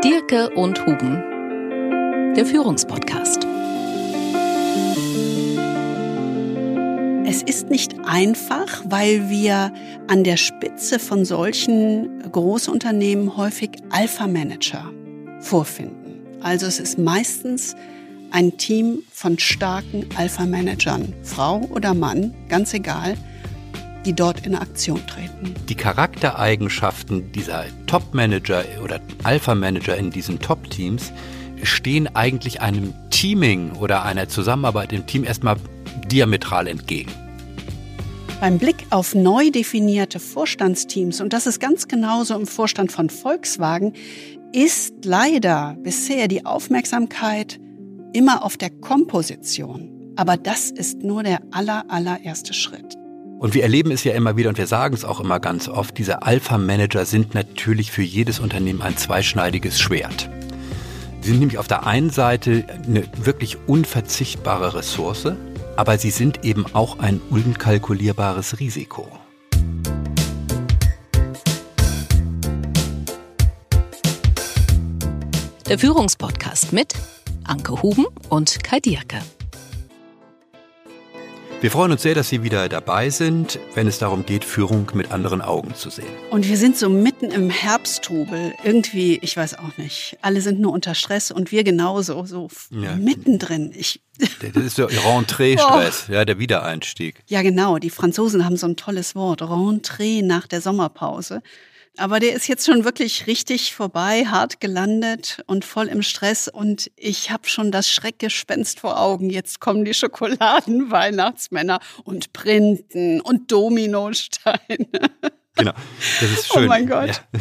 Dierke und Huben, der Führungspodcast. Es ist nicht einfach, weil wir an der Spitze von solchen Großunternehmen häufig Alpha-Manager vorfinden. Also es ist meistens ein Team von starken Alpha-Managern, Frau oder Mann, ganz egal, die dort in Aktion treten. Die Charaktereigenschaften dieser Top-Manager oder Alpha-Manager in diesen Top-Teams stehen eigentlich einem Teaming oder einer Zusammenarbeit im Team erstmal diametral entgegen. Beim Blick auf neu definierte Vorstandsteams, und das ist ganz genauso im Vorstand von Volkswagen, ist leider bisher die Aufmerksamkeit immer auf der Komposition. Aber das ist nur der allererste Schritt. Und wir erleben es ja immer wieder und wir sagen es auch immer ganz oft, diese Alpha-Manager sind natürlich für jedes Unternehmen ein zweischneidiges Schwert. Sie sind nämlich auf der einen Seite eine wirklich unverzichtbare Ressource, aber sie sind eben auch ein unkalkulierbares Risiko. Der Führungspodcast mit Anke Huben und Kai Dierke. Wir freuen uns sehr, dass Sie wieder dabei sind, wenn es darum geht, Führung mit anderen Augen zu sehen. Und wir sind so mitten im Herbsttrubel. Irgendwie, ich weiß auch nicht, alle sind nur unter Stress und wir genauso, so ja. Mittendrin. Das ist der Rentrée-Stress, ja, der Wiedereinstieg. Ja, genau, die Franzosen haben so ein tolles Wort, Rentrée nach der Sommerpause. Aber der ist jetzt schon wirklich richtig vorbei, hart gelandet und voll im Stress. Und ich habe schon das Schreckgespenst vor Augen. Jetzt kommen die Schokoladen-Weihnachtsmänner und Printen und Dominosteine. Genau, das ist schön. Oh mein Gott. Ja.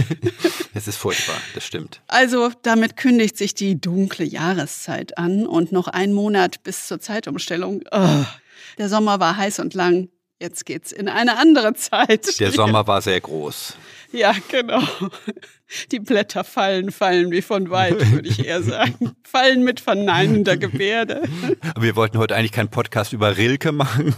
Es ist furchtbar, das stimmt. Also damit kündigt sich die dunkle Jahreszeit an und noch ein Monat bis zur Zeitumstellung. Oh, der Sommer war heiß und lang. Jetzt geht's in eine andere Zeit. Der Sommer war sehr groß. Ja, genau. Die Blätter fallen wie von weit, würde ich eher sagen. Fallen mit verneinender Gebärde. Aber wir wollten heute eigentlich keinen Podcast über Rilke machen.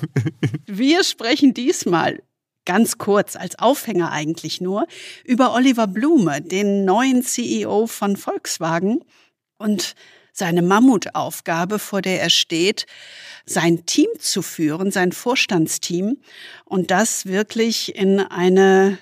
Wir sprechen diesmal ganz kurz, als Aufhänger eigentlich nur, über Oliver Blume, den neuen CEO von Volkswagen und seine Mammutaufgabe, vor der er steht, sein Team zu führen, sein Vorstandsteam und das wirklich in eine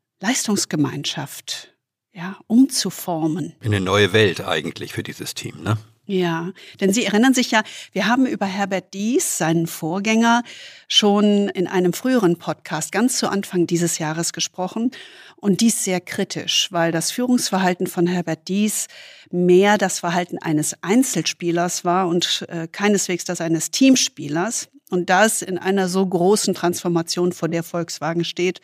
Leistungsgemeinschaft, ja, umzuformen. In eine neue Welt eigentlich für dieses Team, ne? Ja, denn Sie erinnern sich ja, wir haben über Herbert Diess, seinen Vorgänger, schon in einem früheren Podcast ganz zu Anfang dieses Jahres gesprochen und dies sehr kritisch, weil das Führungsverhalten von Herbert Diess mehr das Verhalten eines Einzelspielers war und keineswegs das eines Teamspielers und das in einer so großen Transformation, vor der Volkswagen steht,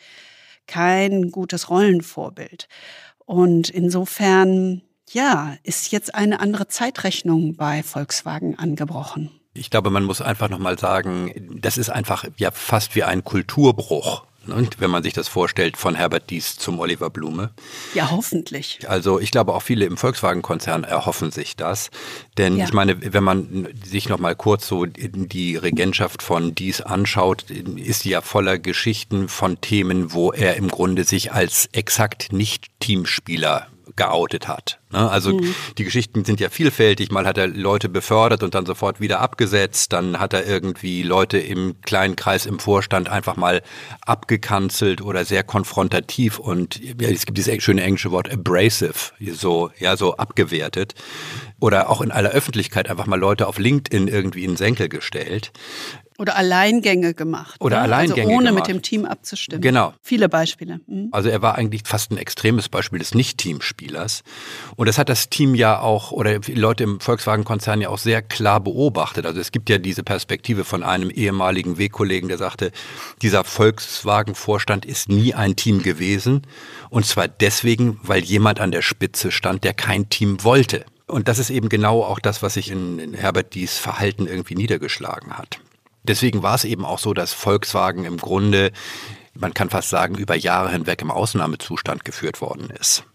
kein gutes Rollenvorbild. Und insofern ja, ist jetzt eine andere Zeitrechnung bei Volkswagen angebrochen. Ich glaube, man muss einfach nochmal sagen, das ist einfach ja fast wie ein Kulturbruch, ne, wenn man sich das vorstellt, von Herbert Diess zum Oliver Blume. Ja, hoffentlich. Also ich glaube, auch viele im Volkswagen-Konzern erhoffen sich das. Denn Ich meine, wenn man sich nochmal kurz so die Regentschaft von Diess anschaut, ist sie ja voller Geschichten von Themen, wo er im Grunde sich als exakt nicht Teamspieler geoutet hat. Also die Geschichten sind ja vielfältig. Mal hat er Leute befördert und dann sofort wieder abgesetzt. Dann hat er irgendwie Leute im kleinen Kreis im Vorstand einfach mal abgekanzelt oder sehr konfrontativ und es gibt dieses schöne englische Wort abrasive, so abgewertet. Oder auch in aller Öffentlichkeit einfach mal Leute auf LinkedIn irgendwie in den Senkel gestellt. Oder Alleingänge gemacht. Oder Alleingänge also ohne gemacht. mit dem Team abzustimmen. Genau. Viele Beispiele. Also er war eigentlich fast ein extremes Beispiel des Nicht-Teamspielers. Und das hat das Team ja auch, oder die Leute im Volkswagen-Konzern ja auch sehr klar beobachtet. Also es gibt ja diese Perspektive von einem ehemaligen Wegkollegen, der sagte, dieser Volkswagen-Vorstand ist nie ein Team gewesen. Und zwar deswegen, weil jemand an der Spitze stand, der kein Team wollte. Und das ist eben genau auch das, was sich in Herbert Diess Verhalten irgendwie niedergeschlagen hat. Deswegen war es eben auch so, dass Volkswagen im Grunde, man kann fast sagen, über Jahre hinweg im Ausnahmezustand geführt worden ist.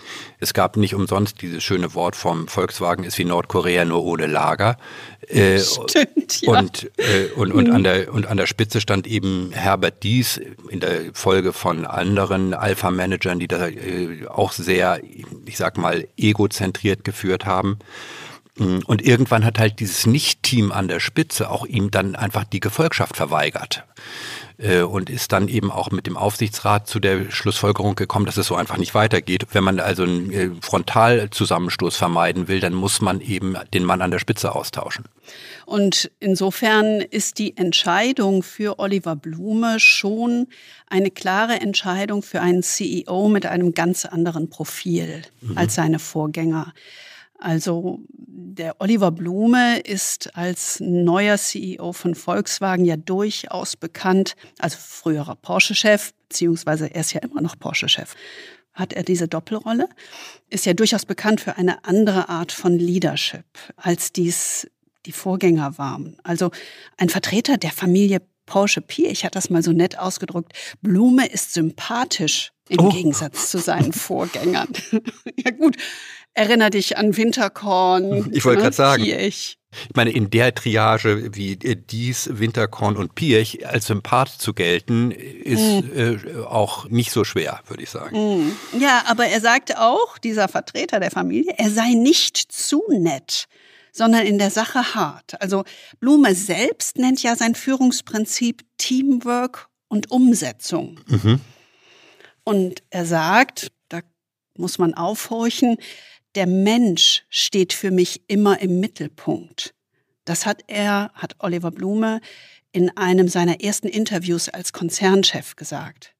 Es gab nicht umsonst dieses schöne Wort vom Volkswagen, ist wie Nordkorea, nur ohne Lager. Stimmt, ja. Und an der Spitze stand eben Herbert Diess in der Folge von anderen Alpha-Managern, die da auch sehr, ich sag mal, egozentriert geführt haben. Und irgendwann hat halt dieses Nicht-Team an der Spitze auch ihm dann einfach die Gefolgschaft verweigert. Und ist dann eben auch mit dem Aufsichtsrat zu der Schlussfolgerung gekommen, dass es so einfach nicht weitergeht. Wenn man also einen Frontalzusammenstoß vermeiden will, dann muss man eben den Mann an der Spitze austauschen. Und insofern ist die Entscheidung für Oliver Blume schon eine klare Entscheidung für einen CEO mit einem ganz anderen Profil als seine Vorgänger. Also der Oliver Blume ist als neuer CEO von Volkswagen ja durchaus bekannt, also früherer Porsche-Chef, beziehungsweise er ist ja immer noch Porsche-Chef. Hat er diese Doppelrolle, ist ja durchaus bekannt für eine andere Art von Leadership, als dies die Vorgänger waren. Also ein Vertreter der Familie Porsche-Piëch hat das mal so nett ausgedrückt. Blume ist sympathisch im Gegensatz zu seinen Vorgängern. Ja gut, erinnere dich an Winterkorn. Ich wollte gerade sagen. Piëch. Ich meine, in der Triage wie Diess, Winterkorn und Piëch als Sympath zu gelten, ist auch nicht so schwer, würde ich sagen. Ja, aber er sagte auch, dieser Vertreter der Familie, er sei nicht zu nett, sondern in der Sache hart. Also Blume selbst nennt ja sein Führungsprinzip Teamwork und Umsetzung. Und er sagt, da muss man aufhorchen, der Mensch steht für mich immer im Mittelpunkt. Das hat Oliver Blume in einem seiner ersten Interviews als Konzernchef gesagt.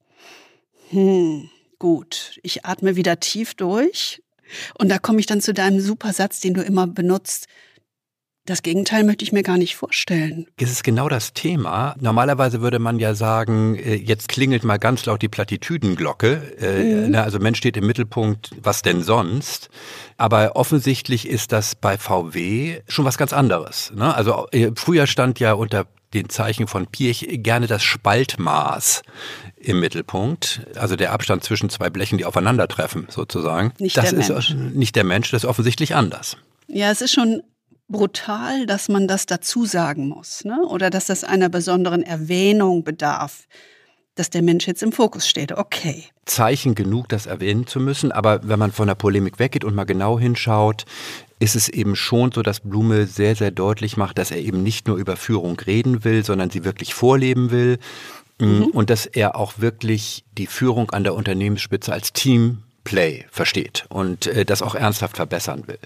Gut, ich atme wieder tief durch. Und da komme ich dann zu deinem super Satz, den du immer benutzt. Das Gegenteil möchte ich mir gar nicht vorstellen. Es ist genau das Thema. Normalerweise würde man ja sagen, jetzt klingelt mal ganz laut die Plattitüdenglocke. Also Mensch steht im Mittelpunkt, was denn sonst? Aber offensichtlich ist das bei VW schon was ganz anderes. Also früher stand ja unter den Zeichen von Piëch gerne das Spaltmaß im Mittelpunkt. Also der Abstand zwischen zwei Blechen, die aufeinandertreffen, sozusagen. Das ist nicht der Mensch, das ist offensichtlich anders. Ja, es ist schon brutal, dass man das dazu sagen muss, ne? Oder dass das einer besonderen Erwähnung bedarf, dass der Mensch jetzt im Fokus steht. Okay. Zeichen genug, das erwähnen zu müssen, aber wenn man von der Polemik weggeht und mal genau hinschaut, ist es eben schon so, dass Blume sehr, sehr deutlich macht, dass er eben nicht nur über Führung reden will, sondern sie wirklich vorleben will und dass er auch wirklich die Führung an der Unternehmensspitze als Teamplay versteht und das auch ernsthaft verbessern will.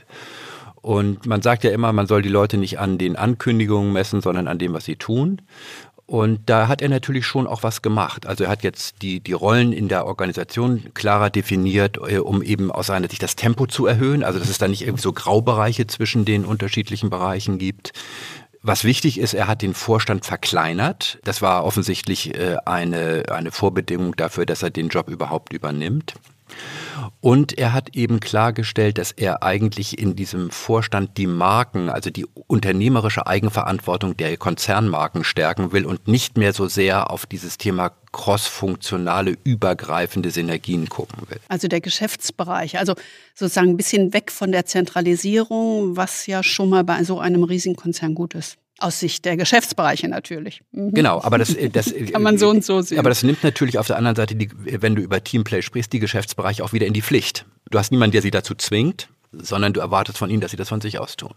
Und man sagt ja immer, man soll die Leute nicht an den Ankündigungen messen, sondern an dem, was sie tun. Und da hat er natürlich schon auch was gemacht. Also er hat jetzt die Rollen in der Organisation klarer definiert, um eben aus seiner Sicht das Tempo zu erhöhen. Also dass es da nicht irgendwie so Graubereiche zwischen den unterschiedlichen Bereichen gibt. Was wichtig ist, er hat den Vorstand verkleinert. Das war offensichtlich eine Vorbedingung dafür, dass er den Job überhaupt übernimmt. Und er hat eben klargestellt, dass er eigentlich in diesem Vorstand die Marken, also die unternehmerische Eigenverantwortung der Konzernmarken stärken will und nicht mehr so sehr auf dieses Thema crossfunktionale, übergreifende Synergien gucken will. Also der Geschäftsbereich, also sozusagen ein bisschen weg von der Zentralisierung, was ja schon mal bei so einem Riesenkonzern gut ist. Aus Sicht der Geschäftsbereiche natürlich. Genau, aber das kann man so und so sehen. Aber das nimmt natürlich auf der anderen Seite, wenn du über Teamplay sprichst, die Geschäftsbereiche auch wieder in die Pflicht. Du hast niemanden, der sie dazu zwingt, sondern du erwartest von ihnen, dass sie das von sich aus tun.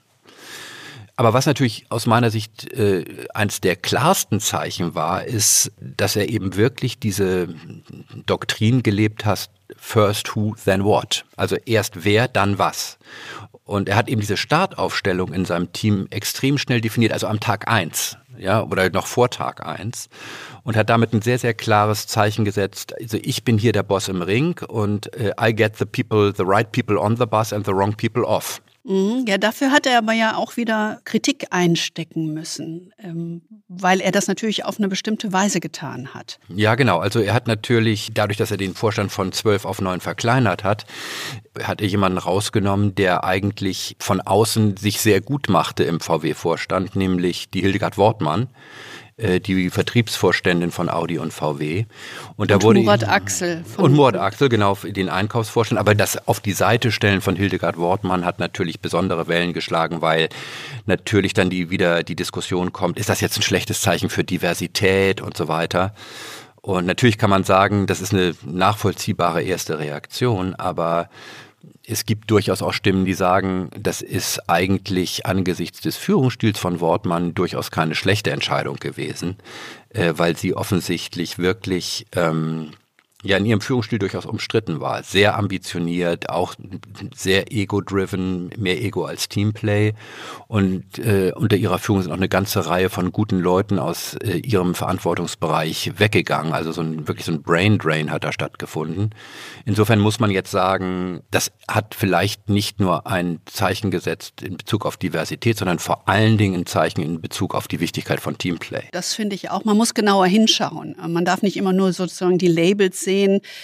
Aber was natürlich aus meiner Sicht eines der klarsten Zeichen war, ist, dass er eben wirklich diese Doktrin gelebt hat, first who, then what. Also erst wer, dann was. Und er hat eben diese Startaufstellung in seinem Team extrem schnell definiert, also am Tag 1, ja, oder noch vor Tag 1 und hat damit ein sehr, sehr klares Zeichen gesetzt. Also ich bin hier der Boss im Ring und I get the right people on the bus and the wrong people off. Ja, dafür hat er aber ja auch wieder Kritik einstecken müssen, weil er das natürlich auf eine bestimmte Weise getan hat. Ja, genau. Also er hat natürlich, dadurch, dass er den Vorstand von 12 auf 9 verkleinert hat er jemanden rausgenommen, der eigentlich von außen sich sehr gut machte im VW-Vorstand, nämlich die Hildegard Wortmann, die Vertriebsvorständin von Audi und VW. Und Murat Axel. Und Murat Axel, genau, den Einkaufsvorstand. Aber das auf die Seite stellen von Hildegard Wortmann hat natürlich besondere Wellen geschlagen, weil natürlich dann wieder die Diskussion kommt, ist das jetzt ein schlechtes Zeichen für Diversität und so weiter. Und natürlich kann man sagen, das ist eine nachvollziehbare erste Reaktion, aber es gibt durchaus auch Stimmen, die sagen, das ist eigentlich angesichts des Führungsstils von Wortmann durchaus keine schlechte Entscheidung gewesen, weil sie offensichtlich wirklich in ihrem Führungsstil durchaus umstritten war. Sehr ambitioniert, auch sehr ego-driven, mehr Ego als Teamplay. Und unter ihrer Führung sind auch eine ganze Reihe von guten Leuten aus ihrem Verantwortungsbereich weggegangen. Also wirklich so ein Brain Drain hat da stattgefunden. Insofern muss man jetzt sagen, das hat vielleicht nicht nur ein Zeichen gesetzt in Bezug auf Diversität, sondern vor allen Dingen ein Zeichen in Bezug auf die Wichtigkeit von Teamplay. Das finde ich auch. Man muss genauer hinschauen. Man darf nicht immer nur sozusagen die Labels sehen,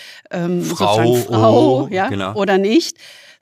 Frau ja, genau. Oder nicht,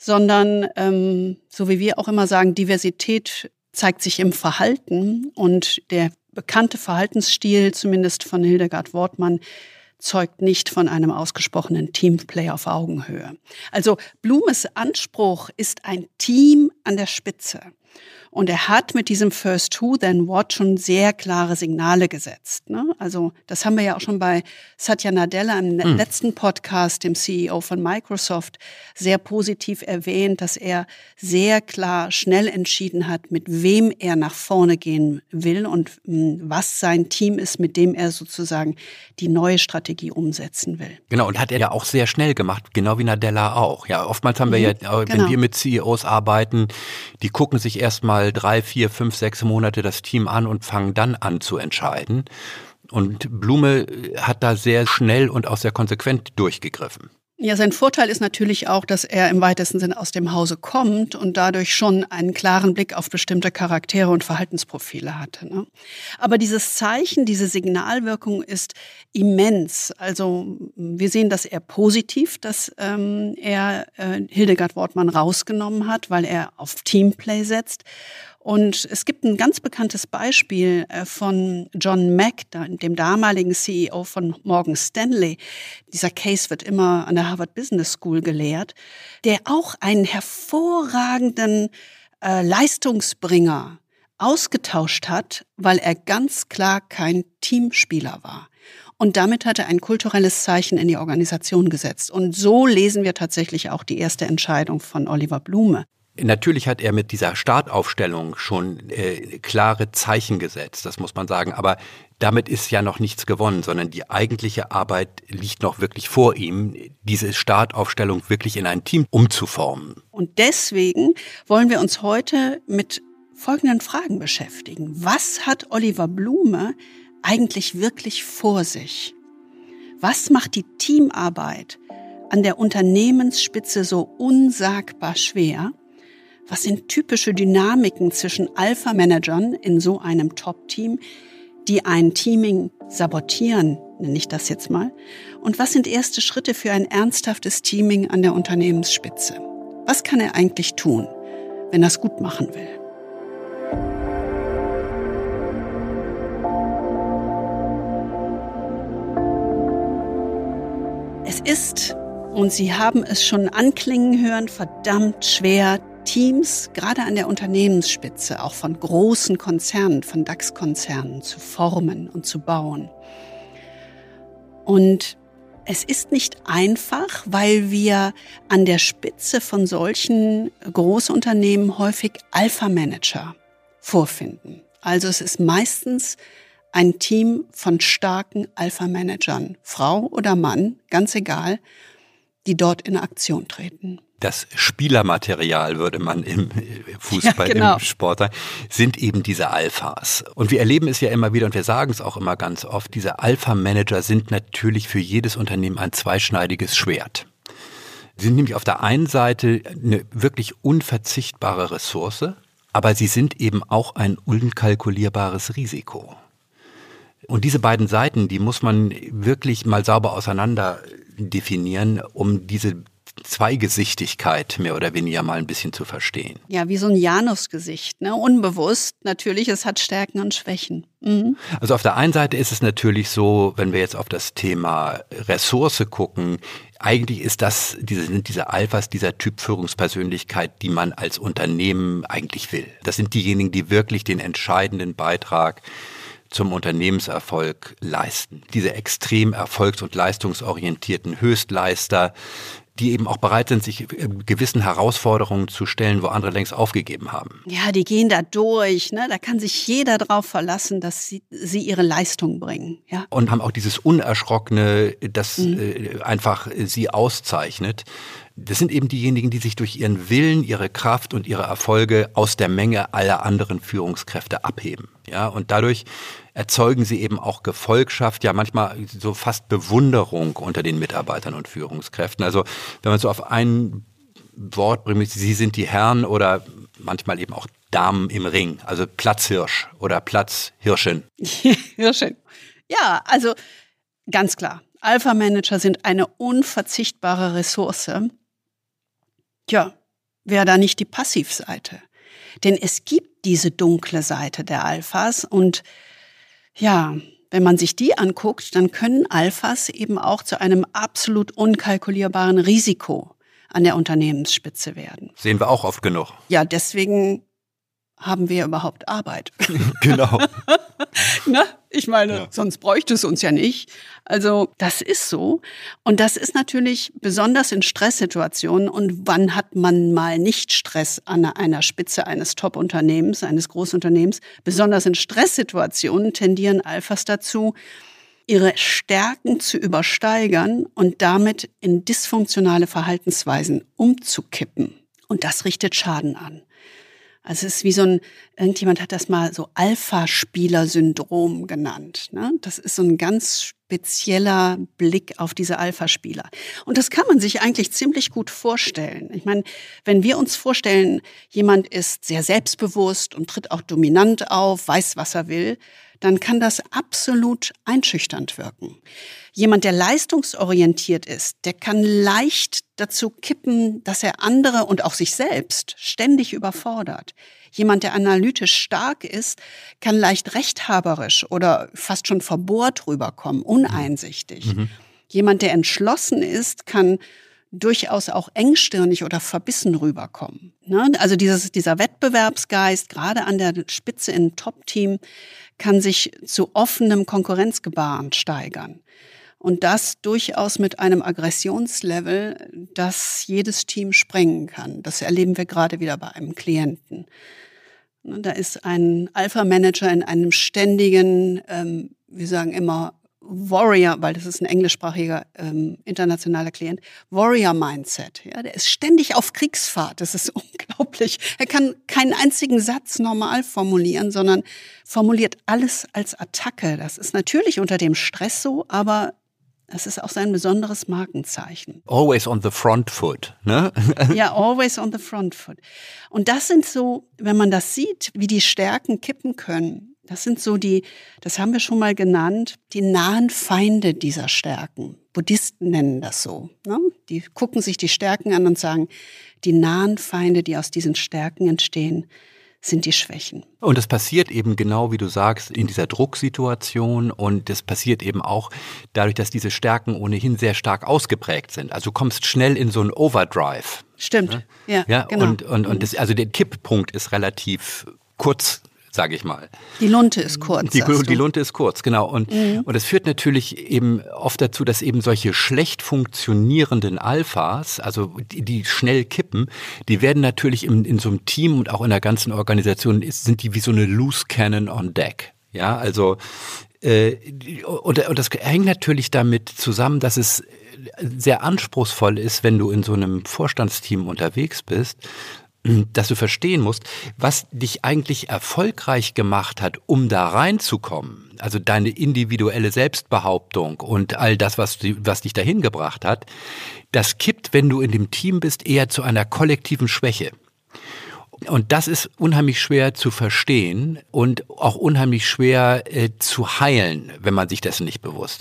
sondern so wie wir auch immer sagen, Diversität zeigt sich im Verhalten und der bekannte Verhaltensstil, zumindest von Hildegard Wortmann, zeugt nicht von einem ausgesprochenen Teamplay auf Augenhöhe. Also Blumes Anspruch ist ein Team an der Spitze. Und er hat mit diesem First Who, Then What schon sehr klare Signale gesetzt. Ne? Also das haben wir ja auch schon bei Satya Nadella im letzten Podcast, dem CEO von Microsoft, sehr positiv erwähnt, dass er sehr klar, schnell entschieden hat, mit wem er nach vorne gehen will und was sein Team ist, mit dem er sozusagen die neue Strategie umsetzen will. Genau, und hat er ja auch sehr schnell gemacht, genau wie Nadella auch. Ja, oftmals haben wir wenn wir mit CEOs arbeiten, die gucken sich erstmal 3, 4, 5, 6 Monate das Team an und fangen dann an zu entscheiden. Und Blume hat da sehr schnell und auch sehr konsequent durchgegriffen. Ja, sein Vorteil ist natürlich auch, dass er im weitesten Sinne aus dem Hause kommt und dadurch schon einen klaren Blick auf bestimmte Charaktere und Verhaltensprofile hatte. Ne? Aber dieses Zeichen, diese Signalwirkung ist immens. Also wir sehen das eher positiv, dass er Hildegard Wortmann rausgenommen hat, weil er auf Teamplay setzt. Und es gibt ein ganz bekanntes Beispiel von John Mack, dem damaligen CEO von Morgan Stanley. Dieser Case wird immer an der Harvard Business School gelehrt, der auch einen hervorragenden Leistungsbringer ausgetauscht hat, weil er ganz klar kein Teamspieler war. Und damit hat er ein kulturelles Zeichen in die Organisation gesetzt. Und so lesen wir tatsächlich auch die erste Entscheidung von Oliver Blume. Natürlich hat er mit dieser Startaufstellung schon klare Zeichen gesetzt, das muss man sagen. Aber damit ist ja noch nichts gewonnen, sondern die eigentliche Arbeit liegt noch wirklich vor ihm, diese Startaufstellung wirklich in ein Team umzuformen. Und deswegen wollen wir uns heute mit folgenden Fragen beschäftigen. Was hat Oliver Blume eigentlich wirklich vor sich? Was macht die Teamarbeit an der Unternehmensspitze so unsagbar schwer? Was sind typische Dynamiken zwischen Alpha-Managern in so einem Top-Team, die ein Teaming sabotieren, nenne ich das jetzt mal? Und was sind erste Schritte für ein ernsthaftes Teaming an der Unternehmensspitze? Was kann er eigentlich tun, wenn er es gut machen will? Es ist, und Sie haben es schon anklingen hören, verdammt schwer, Teams, gerade an der Unternehmensspitze, auch von großen Konzernen, von DAX-Konzernen zu formen und zu bauen. Und es ist nicht einfach, weil wir an der Spitze von solchen Großunternehmen häufig Alpha-Manager vorfinden. Also es ist meistens ein Team von starken Alpha-Managern, Frau oder Mann, ganz egal, die dort in Aktion treten. Das Spielermaterial, würde man im Fußball, im Sport sagen, sind eben diese Alphas. Und wir erleben es ja immer wieder und wir sagen es auch immer ganz oft, diese Alpha-Manager sind natürlich für jedes Unternehmen ein zweischneidiges Schwert. Sie sind nämlich auf der einen Seite eine wirklich unverzichtbare Ressource, aber sie sind eben auch ein unkalkulierbares Risiko. Und diese beiden Seiten, die muss man wirklich mal sauber auseinander definieren, um diese Zweigesichtigkeit mehr oder weniger mal ein bisschen zu verstehen. Ja, wie so ein Janusgesicht, ne? Unbewusst natürlich, es hat Stärken und Schwächen. Mhm. Also auf der einen Seite ist es natürlich so, wenn wir jetzt auf das Thema Ressource gucken, eigentlich sind diese Alphas, dieser Typ Führungspersönlichkeit, die man als Unternehmen eigentlich will. Das sind diejenigen, die wirklich den entscheidenden Beitrag zum Unternehmenserfolg leisten. Diese extrem erfolgs- und leistungsorientierten Höchstleister, die eben auch bereit sind, sich gewissen Herausforderungen zu stellen, wo andere längst aufgegeben haben. Ja, die gehen da durch, ne? Da kann sich jeder drauf verlassen, dass sie ihre Leistung bringen. Ja. Und haben auch dieses Unerschrockene, das einfach sie auszeichnet. Das sind eben diejenigen, die sich durch ihren Willen, ihre Kraft und ihre Erfolge aus der Menge aller anderen Führungskräfte abheben. Ja, und dadurch erzeugen sie eben auch Gefolgschaft, ja manchmal so fast Bewunderung unter den Mitarbeitern und Führungskräften. Also wenn man so auf ein Wort bringt, sie sind die Herren oder manchmal eben auch Damen im Ring, also Platzhirsch oder Platzhirschin. Hirschin. Ja, also ganz klar, Alpha-Manager sind eine unverzichtbare Ressource. Tja, wäre da nicht die Passivseite? Denn es gibt diese dunkle Seite der Alphas und ja, wenn man sich die anguckt, dann können Alphas eben auch zu einem absolut unkalkulierbaren Risiko an der Unternehmensspitze werden. Sehen wir auch oft genug. Ja, deswegen haben wir überhaupt Arbeit. Genau. Ne? Ich meine, ja. Sonst bräuchte es uns ja nicht. Also das ist so. Und das ist natürlich besonders in Stresssituationen. Und wann hat man mal nicht Stress an einer Spitze eines Top-Unternehmens, eines Großunternehmens? Besonders in Stresssituationen tendieren Alphas dazu, ihre Stärken zu übersteigern und damit in dysfunktionale Verhaltensweisen umzukippen. Und das richtet Schaden an. Also es ist wie irgendjemand hat das mal so Alpha-Spieler-Syndrom genannt. Ne? Das ist so ein ganz spezieller Blick auf diese Alpha-Spieler. Und das kann man sich eigentlich ziemlich gut vorstellen. Ich meine, wenn wir uns vorstellen, jemand ist sehr selbstbewusst und tritt auch dominant auf, weiß, was er will, dann kann das absolut einschüchternd wirken. Jemand, der leistungsorientiert ist, der kann leicht dazu kippen, dass er andere und auch sich selbst ständig überfordert. Jemand, der analytisch stark ist, kann leicht rechthaberisch oder fast schon verbohrt rüberkommen, uneinsichtig. Mhm. Jemand, der entschlossen ist, kann durchaus auch engstirnig oder verbissen rüberkommen. Also dieser Wettbewerbsgeist, gerade an der Spitze im Top-Team, kann sich zu offenem Konkurrenzgebaren steigern. Und das durchaus mit einem Aggressionslevel, das jedes Team sprengen kann. Das erleben wir gerade wieder bei einem Klienten. Da ist ein Alpha-Manager in einem ständigen, wir sagen immer Warrior, weil das ist ein englischsprachiger internationaler Klient, Warrior-Mindset. Ja, der ist ständig auf Kriegsfahrt. Das ist unglaublich. Er kann keinen einzigen Satz normal formulieren, sondern formuliert alles als Attacke. Das ist natürlich unter dem Stress so, aber das ist auch sein besonderes Markenzeichen. Always on the front foot, ne? Ja, always on the front foot. Und das sind so, wenn man das sieht, wie die Stärken kippen können, das sind so das haben wir schon mal genannt, die nahen Feinde dieser Stärken. Buddhisten nennen das so. Ne? Die gucken sich die Stärken an und sagen, die nahen Feinde, die aus diesen Stärken entstehen, sind die Schwächen. Und das passiert eben genau, wie du sagst, in dieser Drucksituation und das passiert eben auch dadurch, dass diese Stärken ohnehin sehr stark ausgeprägt sind. Also du kommst schnell in so einen Overdrive. Stimmt, ja genau. Und also der Kipppunkt ist relativ kurz, sage ich mal. Die Lunte ist kurz. Die Lunte ist kurz, genau. Und das führt natürlich eben oft dazu, dass eben solche schlecht funktionierenden Alphas, also die schnell kippen, die werden natürlich in so einem Team und auch in der ganzen Organisation, sind die wie so eine Loose Cannon on Deck. Ja, also und das hängt natürlich damit zusammen, dass es sehr anspruchsvoll ist, wenn du in so einem Vorstandsteam unterwegs bist, dass du verstehen musst, was dich eigentlich erfolgreich gemacht hat, um da reinzukommen. Also deine individuelle Selbstbehauptung und all das, was dich dahin gebracht hat, das kippt, wenn du in dem Team bist, eher zu einer kollektiven Schwäche. Und das ist unheimlich schwer zu verstehen und auch unheimlich schwer zu heilen, wenn man sich dessen nicht bewusst ist.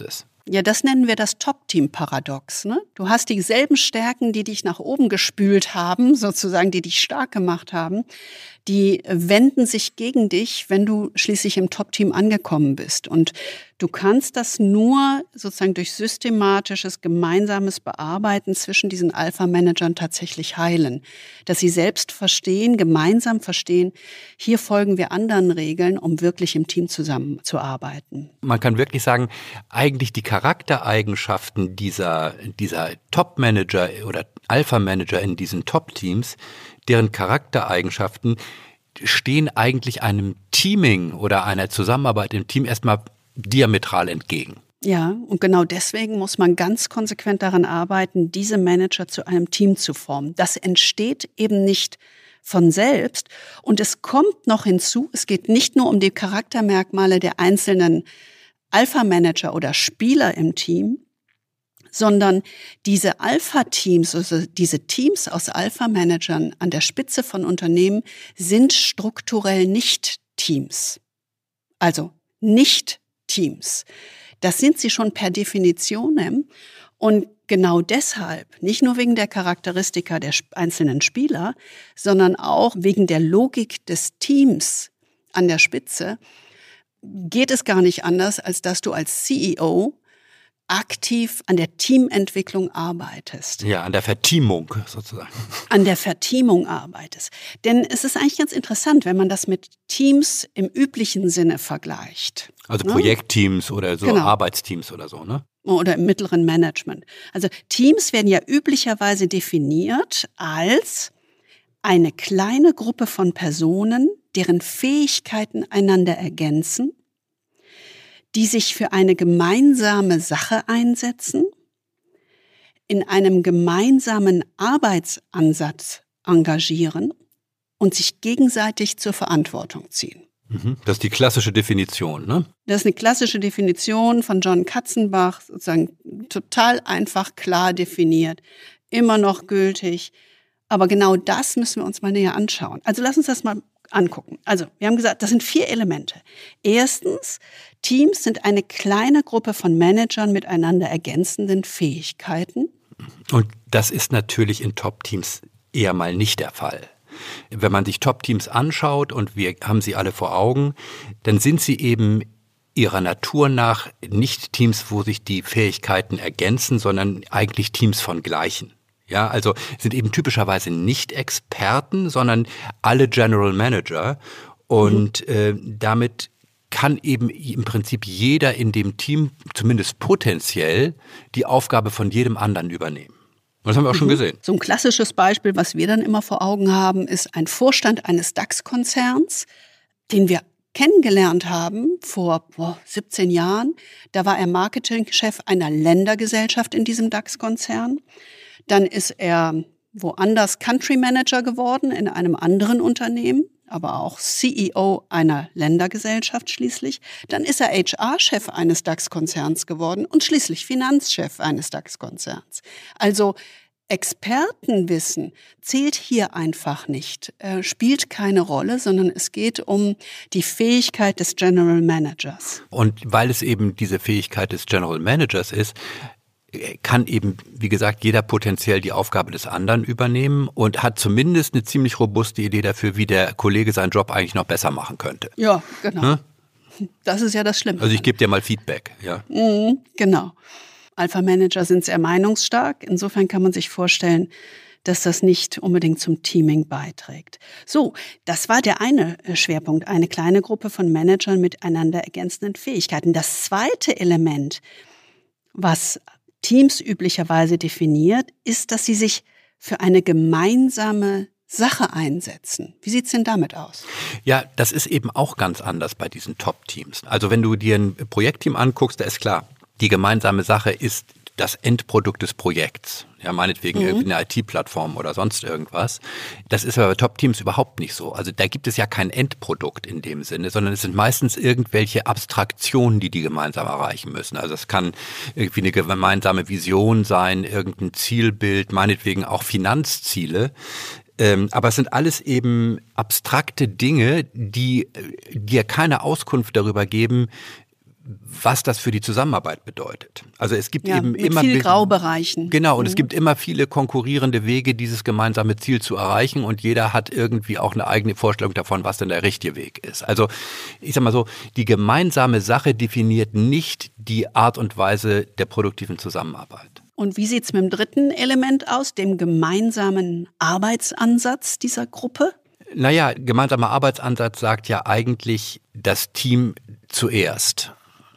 Ja, das nennen wir das Top-Team-Paradox. Ne? Du hast dieselben Stärken, die dich nach oben gespült haben, sozusagen, die dich stark gemacht haben, die wenden sich gegen dich, wenn du schließlich im Top-Team angekommen bist. Und du kannst das nur sozusagen durch systematisches, gemeinsames Bearbeiten zwischen diesen Alpha-Managern tatsächlich heilen. Dass sie selbst verstehen, gemeinsam verstehen, hier folgen wir anderen Regeln, um wirklich im Team zusammenzuarbeiten. Man kann wirklich sagen, eigentlich die Charaktereigenschaften dieser Top-Manager oder Alpha-Manager in diesen Top-Teams, deren Charaktereigenschaften stehen eigentlich einem Teaming oder einer Zusammenarbeit im Team erstmal diametral entgegen. Ja, und genau deswegen muss man ganz konsequent daran arbeiten, diese Manager zu einem Team zu formen. Das entsteht eben nicht von selbst. Und es kommt noch hinzu, es geht nicht nur um die Charaktermerkmale der einzelnen Alpha-Manager oder Spieler im Team, sondern diese Alpha-Teams, also diese Teams aus Alpha-Managern an der Spitze von Unternehmen sind strukturell nicht Teams. Also nicht Teams. Das sind sie schon per Definition. Und genau deshalb, nicht nur wegen der Charakteristika der einzelnen Spieler, sondern auch wegen der Logik des Teams an der Spitze, geht es gar nicht anders, als dass du als CEO aktiv an der Teamentwicklung arbeitest. Ja, an der Verteamung sozusagen. An der Verteamung arbeitest. Denn es ist eigentlich ganz interessant, wenn man das mit Teams im üblichen Sinne vergleicht. Also Projektteams oder so, genau. Arbeitsteams oder so, ne? Oder im mittleren Management. Also Teams werden ja üblicherweise definiert als eine kleine Gruppe von Personen, deren Fähigkeiten einander ergänzen, die sich für eine gemeinsame Sache einsetzen, in einem gemeinsamen Arbeitsansatz engagieren und sich gegenseitig zur Verantwortung ziehen. Das ist die klassische Definition, ne? Das ist eine klassische Definition von John Katzenbach, sozusagen total einfach, klar definiert, immer noch gültig. Aber genau das müssen wir uns mal näher anschauen. Also lass uns das mal angucken. Also wir haben gesagt, das sind 4 Elemente. Erstens, Teams sind eine kleine Gruppe von Managern mit einander ergänzenden Fähigkeiten. Und das ist natürlich in Top-Teams eher mal nicht der Fall. Wenn man sich Top-Teams anschaut, und wir haben sie alle vor Augen, dann sind sie eben ihrer Natur nach nicht Teams, wo sich die Fähigkeiten ergänzen, sondern eigentlich Teams von Gleichen. Ja, also sind eben typischerweise nicht Experten, sondern alle General Manager. Und damit kann eben im Prinzip jeder in dem Team, zumindest potenziell, die Aufgabe von jedem anderen übernehmen. Und das haben wir auch schon gesehen. So ein klassisches Beispiel, was wir dann immer vor Augen haben, ist ein Vorstand eines DAX-Konzerns, den wir kennengelernt haben vor 17 Jahren. Da war er Marketingchef einer Ländergesellschaft in diesem DAX-Konzern. Dann ist er woanders Country Manager geworden in einem anderen Unternehmen, aber auch CEO einer Ländergesellschaft schließlich. Dann ist er HR-Chef eines DAX-Konzerns geworden und schließlich Finanzchef eines DAX-Konzerns. Also Expertenwissen zählt hier einfach nicht, spielt keine Rolle, sondern es geht um die Fähigkeit des General Managers. Und weil es eben diese Fähigkeit des General Managers ist, kann eben, wie gesagt, jeder potenziell die Aufgabe des anderen übernehmen und hat zumindest eine ziemlich robuste Idee dafür, wie der Kollege seinen Job eigentlich noch besser machen könnte. Ja, genau. Hm? Das ist ja das Schlimme. Also ich gebe dir mal Feedback, ja. Genau. Alpha-Manager sind sehr meinungsstark. Insofern kann man sich vorstellen, dass das nicht unbedingt zum Teaming beiträgt. So, das war der eine Schwerpunkt, eine kleine Gruppe von Managern mit einander ergänzenden Fähigkeiten. Das zweite Element, was Teams üblicherweise definiert, ist, dass sie sich für eine gemeinsame Sache einsetzen. Wie sieht's denn damit aus? Ja, das ist eben auch ganz anders bei diesen Top-Teams. Also wenn du dir ein Projektteam anguckst, da ist klar, die gemeinsame Sache ist das Endprodukt des Projekts. Ja, meinetwegen irgendwie eine IT-Plattform oder sonst irgendwas. Das ist aber bei Top-Teams überhaupt nicht so. Also da gibt es ja kein Endprodukt in dem Sinne, sondern es sind meistens irgendwelche Abstraktionen, die gemeinsam erreichen müssen. Also es kann irgendwie eine gemeinsame Vision sein, irgendein Zielbild, meinetwegen auch Finanzziele. Aber es sind alles eben abstrakte Dinge, die dir keine Auskunft darüber geben, was das für die Zusammenarbeit bedeutet. Also es gibt eben mit immer viel Graubereichen. Genau, und es gibt immer viele konkurrierende Wege, dieses gemeinsame Ziel zu erreichen, und jeder hat irgendwie auch eine eigene Vorstellung davon, was denn der richtige Weg ist. Also ich sag mal so, die gemeinsame Sache definiert nicht die Art und Weise der produktiven Zusammenarbeit. Und wie sieht's mit dem dritten Element aus, dem gemeinsamen Arbeitsansatz dieser Gruppe? Naja, gemeinsamer Arbeitsansatz sagt ja eigentlich das Team zuerst.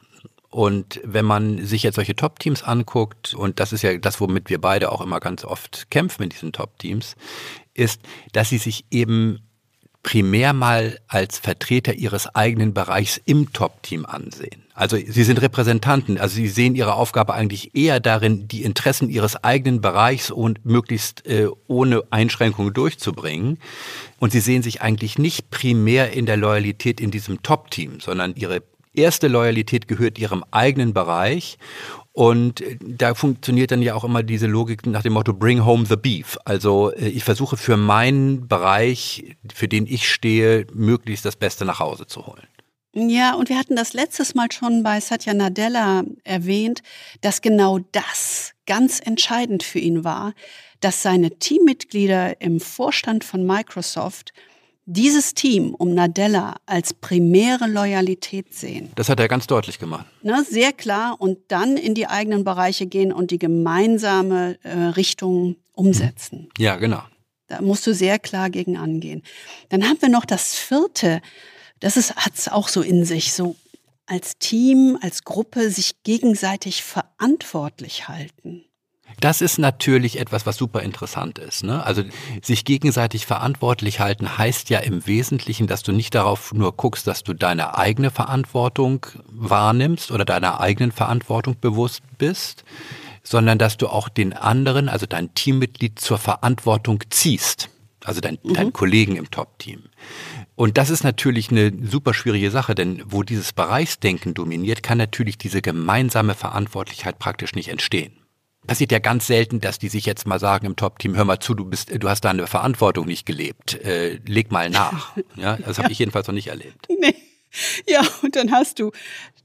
Und wenn man sich jetzt solche Top-Teams anguckt, und das ist ja das, womit wir beide auch immer ganz oft kämpfen mit diesen Top-Teams, ist, dass sie sich eben primär mal als Vertreter ihres eigenen Bereichs im Top-Team ansehen. Also sie sind Repräsentanten, also sie sehen ihre Aufgabe eigentlich eher darin, die Interessen ihres eigenen Bereichs und möglichst ohne Einschränkungen durchzubringen. Und sie sehen sich eigentlich nicht primär in der Loyalität in diesem Top-Team, sondern ihre erste Loyalität gehört ihrem eigenen Bereich. Und da funktioniert dann ja auch immer diese Logik nach dem Motto Bring home the beef. Also ich versuche für meinen Bereich, für den ich stehe, möglichst das Beste nach Hause zu holen. Ja, und wir hatten das letztes Mal schon bei Satya Nadella erwähnt, dass genau das ganz entscheidend für ihn war, dass seine Teammitglieder im Vorstand von Microsoft dieses Team um Nadella als primäre Loyalität sehen. Das hat er ganz deutlich gemacht. Ne, sehr klar, und dann in die eigenen Bereiche gehen und die gemeinsame Richtung umsetzen. Ja, genau. Da musst du sehr klar gegen angehen. Dann haben wir noch das vierte, hat es auch so in sich, so als Team, als Gruppe sich gegenseitig verantwortlich halten. Das ist natürlich etwas, was super interessant ist, ne? Also sich gegenseitig verantwortlich halten heißt ja im Wesentlichen, dass du nicht darauf nur guckst, dass du deine eigene Verantwortung wahrnimmst oder deiner eigenen Verantwortung bewusst bist, sondern dass du auch den anderen, also dein Teammitglied, zur Verantwortung ziehst. Also deinen Kollegen im Top-Team. Und das ist natürlich eine super schwierige Sache, denn wo dieses Bereichsdenken dominiert, kann natürlich diese gemeinsame Verantwortlichkeit praktisch nicht entstehen. Passiert ja ganz selten, dass die sich jetzt mal sagen im Top-Team, hör mal zu, du hast deine Verantwortung nicht gelebt, leg mal nach. Ja, das habe ich jedenfalls noch nicht erlebt. Nee. Ja, und dann hast du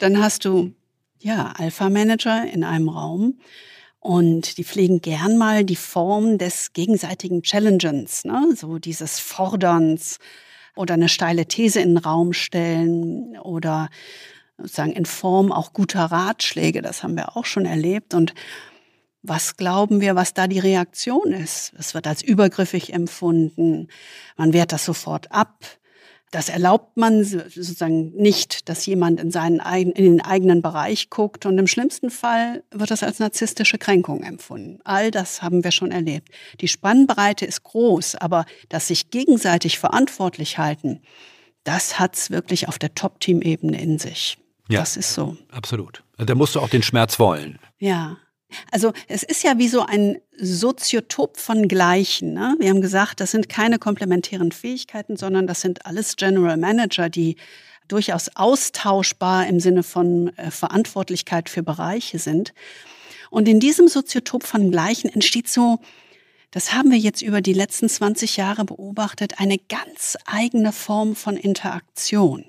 Alpha-Manager in einem Raum, und die pflegen gern mal die Form des gegenseitigen Challengens, ne? So dieses Forderns oder eine steile These in den Raum stellen oder sozusagen in Form auch guter Ratschläge, das haben wir auch schon erlebt. Und was glauben wir, was da die Reaktion ist? Es wird als übergriffig empfunden, man wehrt das sofort ab. Das erlaubt man sozusagen nicht, dass jemand in den eigenen Bereich guckt. Und im schlimmsten Fall wird das als narzisstische Kränkung empfunden. All das haben wir schon erlebt. Die Spannbreite ist groß, aber das sich gegenseitig verantwortlich halten, das hat's wirklich auf der Top-Team-Ebene in sich. Ja, das ist so. Absolut. Da musst du auch den Schmerz wollen. Ja. Also es ist ja wie so ein Soziotop von Gleichen, ne? Wir haben gesagt, das sind keine komplementären Fähigkeiten, sondern das sind alles General Manager, die durchaus austauschbar im Sinne von Verantwortlichkeit für Bereiche sind. Und in diesem Soziotop von Gleichen entsteht so, das haben wir jetzt über die letzten 20 Jahre beobachtet, eine ganz eigene Form von Interaktion.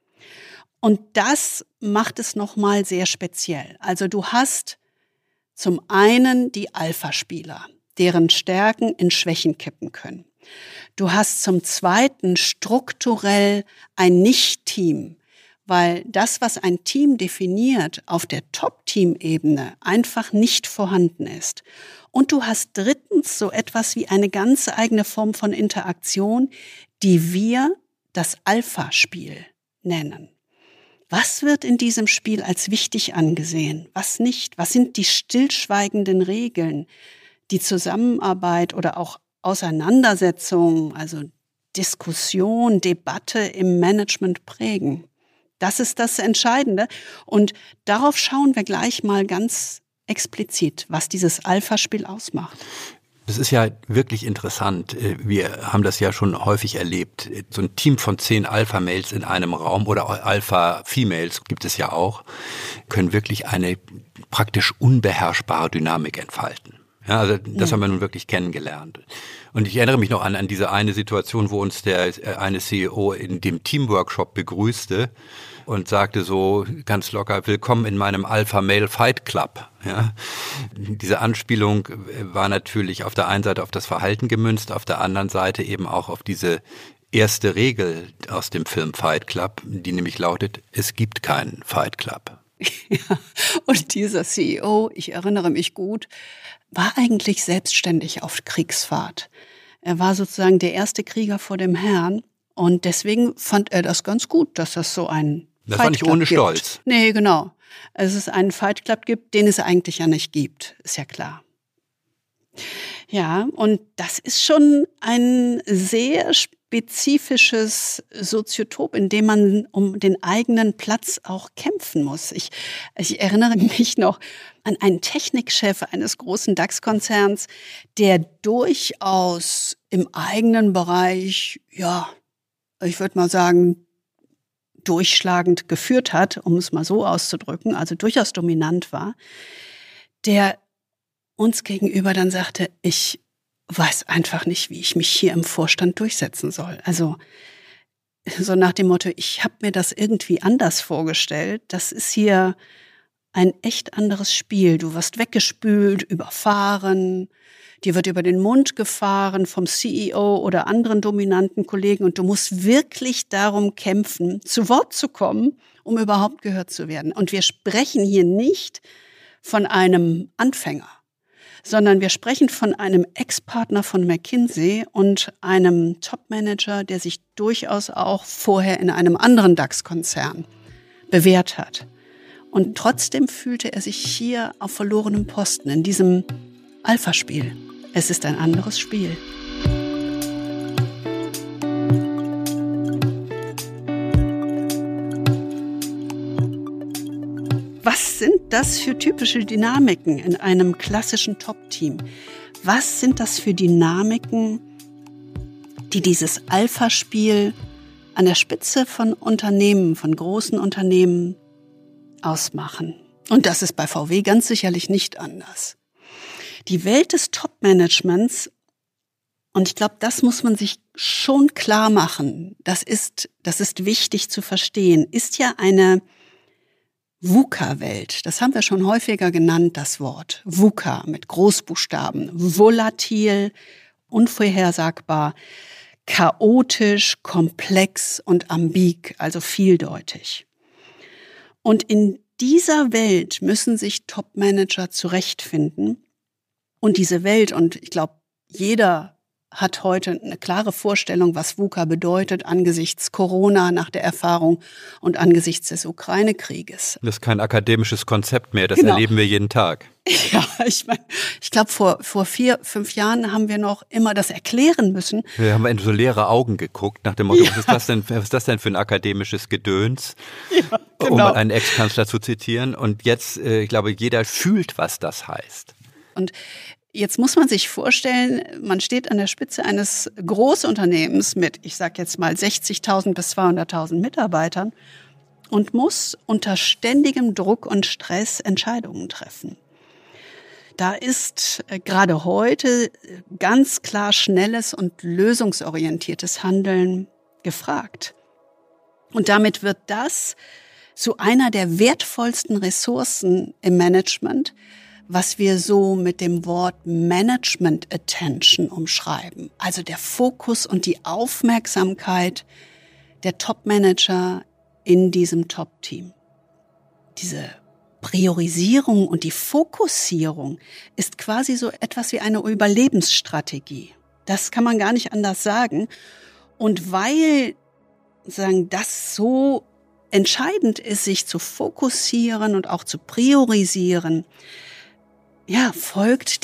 Und das macht es nochmal sehr speziell. Also du hast zum einen die Alpha-Spieler, deren Stärken in Schwächen kippen können. Du hast zum zweiten strukturell ein Nicht-Team, weil das, was ein Team definiert, auf der Top-Team-Ebene einfach nicht vorhanden ist. Und du hast drittens so etwas wie eine ganz eigene Form von Interaktion, die wir das Alpha-Spiel nennen. Was wird in diesem Spiel als wichtig angesehen? Was nicht? Was sind die stillschweigenden Regeln, die Zusammenarbeit oder auch Auseinandersetzung, also Diskussion, Debatte im Management prägen? Das ist das Entscheidende. Und darauf schauen wir gleich mal ganz explizit, was dieses Alpha-Spiel ausmacht. Das ist ja wirklich interessant. Wir haben das ja schon häufig erlebt. So ein Team von 10 Alpha-Males in einem Raum oder Alpha-Females gibt es ja auch, können wirklich eine praktisch unbeherrschbare Dynamik entfalten. Ja, also das haben wir nun wirklich kennengelernt. Und ich erinnere mich noch an diese eine Situation, wo uns der eine CEO in dem Teamworkshop begrüßte und sagte so ganz locker, willkommen in meinem Alpha Male Fight Club. Ja, diese Anspielung war natürlich auf der einen Seite auf das Verhalten gemünzt, auf der anderen Seite eben auch auf diese erste Regel aus dem Film Fight Club, die nämlich lautet, es gibt keinen Fight Club. Ja, und dieser CEO, ich erinnere mich gut, war eigentlich selbstständig auf Kriegsfahrt. Er war sozusagen der erste Krieger vor dem Herrn und deswegen fand er das ganz gut, dass das so ein Das war nicht ohne Stolz. Nee, genau. Dass es einen Fight Club gibt, den es eigentlich ja nicht gibt, ist ja klar. Ja, und das ist schon ein sehr spezifisches Soziotop, in dem man um den eigenen Platz auch kämpfen muss. Ich erinnere mich noch an einen Technikchef eines großen DAX-Konzerns, der durchaus im eigenen Bereich, ja, ich würde mal sagen, durchschlagend geführt hat, um es mal so auszudrücken, also durchaus dominant war, der uns gegenüber dann sagte, ich weiß einfach nicht, wie ich mich hier im Vorstand durchsetzen soll. Also so nach dem Motto, ich habe mir das irgendwie anders vorgestellt. Das ist hier ein echt anderes Spiel. Du wirst weggespült, überfahren, dir wird über den Mund gefahren vom CEO oder anderen dominanten Kollegen und du musst wirklich darum kämpfen, zu Wort zu kommen, um überhaupt gehört zu werden. Und wir sprechen hier nicht von einem Anfänger, sondern wir sprechen von einem Ex-Partner von McKinsey und einem Top-Manager, der sich durchaus auch vorher in einem anderen DAX-Konzern bewährt hat. Und trotzdem fühlte er sich hier auf verlorenem Posten in diesem Alpha-Spiel. Es ist ein anderes Spiel. Was sind das für typische Dynamiken in einem klassischen Top-Team? Was sind das für Dynamiken, die dieses Alpha-Spiel an der Spitze von Unternehmen, von großen Unternehmen ausmachen? Und das ist bei VW ganz sicherlich nicht anders. Die Welt des Top-Managements, und ich glaube, das muss man sich schon klar machen, das ist wichtig zu verstehen, ist ja eine VUCA-Welt. Das haben wir schon häufiger genannt, das Wort. VUCA mit Großbuchstaben. Volatil, unvorhersagbar, chaotisch, komplex und ambig, also vieldeutig. Und in dieser Welt müssen sich Top-Manager zurechtfinden. Und diese Welt, und ich glaube, jeder hat heute eine klare Vorstellung, was VUCA bedeutet angesichts Corona nach der Erfahrung und angesichts des Ukraine-Krieges. Das ist kein akademisches Konzept mehr, das erleben wir jeden Tag. Ja, ich glaube, vor 4-5 Jahren haben wir noch immer das erklären müssen. Wir haben in so leere Augen geguckt, nach dem Motto, was ist das denn für ein akademisches Gedöns, ja, genau. Um einen Ex-Kanzler zu zitieren. Und jetzt, ich glaube, jeder fühlt, was das heißt. Und jetzt muss man sich vorstellen, man steht an der Spitze eines Großunternehmens mit, ich sage jetzt mal 60.000 bis 200.000 Mitarbeitern und muss unter ständigem Druck und Stress Entscheidungen treffen. Da ist gerade heute ganz klar schnelles und lösungsorientiertes Handeln gefragt. Und damit wird das zu einer der wertvollsten Ressourcen im Management, was wir so mit dem Wort Management Attention umschreiben. Also der Fokus und die Aufmerksamkeit der Top-Manager in diesem Top-Team. Diese Priorisierung und die Fokussierung ist quasi so etwas wie eine Überlebensstrategie. Das kann man gar nicht anders sagen. Und weil das so entscheidend ist, sich zu fokussieren und auch zu priorisieren, ja, folgen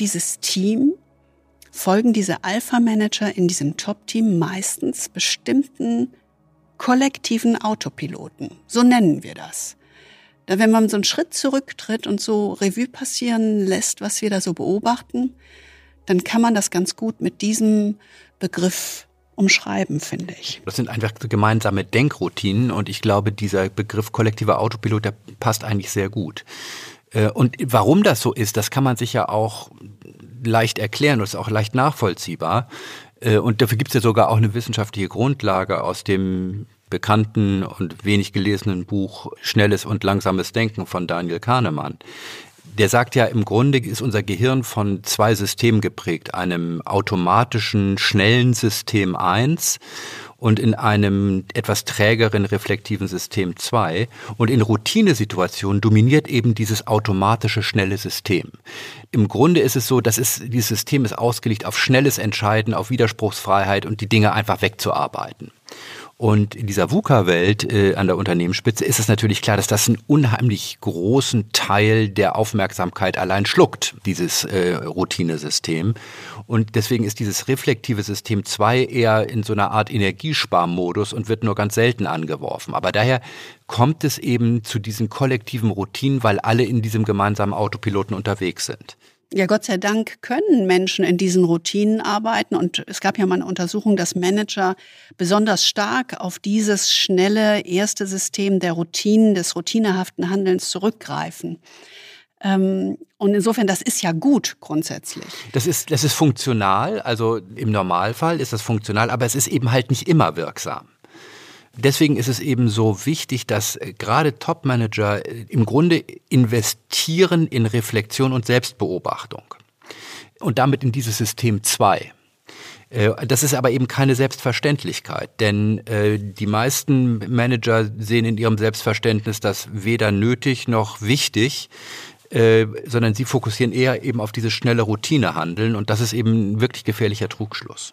diese Alpha-Manager in diesem Top-Team meistens bestimmten kollektiven Autopiloten. So nennen wir das. Da, wenn man so einen Schritt zurücktritt und so Revue passieren lässt, was wir da so beobachten, dann kann man das ganz gut mit diesem Begriff umschreiben, finde ich. Das sind einfach gemeinsame Denkroutinen und ich glaube, dieser Begriff kollektiver Autopilot, der passt eigentlich sehr gut. Und warum das so ist, das kann man sich ja auch leicht erklären und ist auch leicht nachvollziehbar. Und dafür gibt es ja sogar auch eine wissenschaftliche Grundlage aus dem bekannten und wenig gelesenen Buch Schnelles und langsames Denken von Daniel Kahnemann. Der sagt ja, im Grunde ist unser Gehirn von 2 Systemen geprägt, einem automatischen, schnellen System 1 und in einem etwas trägeren, reflektiven System 2. Und in Routinesituationen dominiert eben dieses automatische, schnelle System. Im Grunde ist es so, dieses System ist ausgelegt auf schnelles Entscheiden, auf Widerspruchsfreiheit und die Dinge einfach wegzuarbeiten. Und in dieser VUCA-Welt an der Unternehmensspitze ist es natürlich klar, dass das einen unheimlich großen Teil der Aufmerksamkeit allein schluckt, dieses Routinesystem. Und deswegen ist dieses reflektive System 2 eher in so einer Art Energiesparmodus und wird nur ganz selten angeworfen. Aber daher kommt es eben zu diesen kollektiven Routinen, weil alle in diesem gemeinsamen Autopiloten unterwegs sind. Ja, Gott sei Dank können Menschen in diesen Routinen arbeiten. Und es gab ja mal eine Untersuchung, dass Manager besonders stark auf dieses schnelle erste System der Routinen, des routinehaften Handelns zurückgreifen. Und insofern, das ist ja gut grundsätzlich. Das ist funktional, also im Normalfall ist das funktional, aber es ist eben halt nicht immer wirksam. Deswegen ist es eben so wichtig, dass gerade Top-Manager im Grunde investieren in Reflexion und Selbstbeobachtung und damit in dieses System 2. Das ist aber eben keine Selbstverständlichkeit, denn die meisten Manager sehen in ihrem Selbstverständnis das weder nötig noch wichtig, sondern sie fokussieren eher eben auf dieses schnelle Routinehandeln und das ist eben ein wirklich gefährlicher Trugschluss.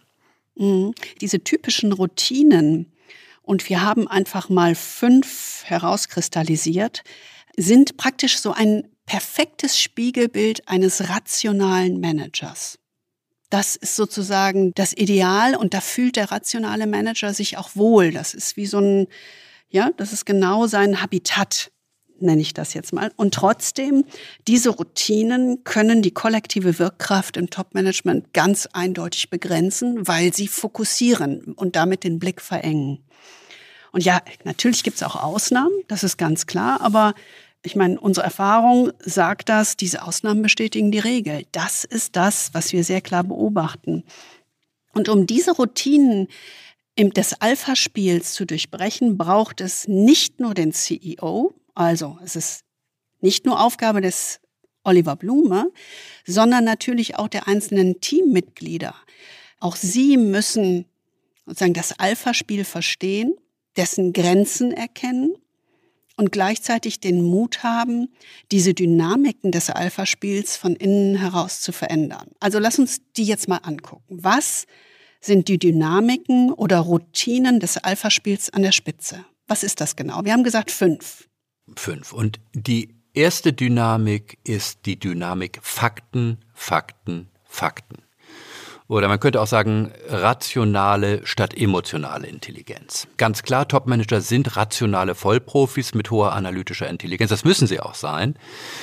Diese typischen Routinen, und wir haben einfach mal 5 herauskristallisiert, sind praktisch so ein perfektes Spiegelbild eines rationalen Managers. Das ist sozusagen das Ideal und da fühlt der rationale Manager sich auch wohl. Das ist wie das ist genau sein Habitat, nenne ich das jetzt mal. Und trotzdem, diese Routinen können die kollektive Wirkkraft im Top-Management ganz eindeutig begrenzen, weil sie fokussieren und damit den Blick verengen. Und ja, natürlich gibt es auch Ausnahmen, das ist ganz klar, aber ich meine, unsere Erfahrung sagt das, diese Ausnahmen bestätigen die Regel. Das ist das, was wir sehr klar beobachten. Und um diese Routinen des Alpha-Spiels zu durchbrechen, braucht es nicht nur den CEO, also es ist nicht nur Aufgabe des Oliver Blume, sondern natürlich auch der einzelnen Teammitglieder. Auch sie müssen sozusagen das Alpha-Spiel verstehen, dessen Grenzen erkennen und gleichzeitig den Mut haben, diese Dynamiken des Alpha-Spiels von innen heraus zu verändern. Also lass uns die jetzt mal angucken. Was sind die Dynamiken oder Routinen des Alpha-Spiels an der Spitze? Was ist das genau? Wir haben gesagt 5. 5. Und die erste Dynamik ist die Dynamik Fakten, Fakten, Fakten. Oder man könnte auch sagen, rationale statt emotionale Intelligenz. Ganz klar, Topmanager sind rationale Vollprofis mit hoher analytischer Intelligenz. Das müssen sie auch sein.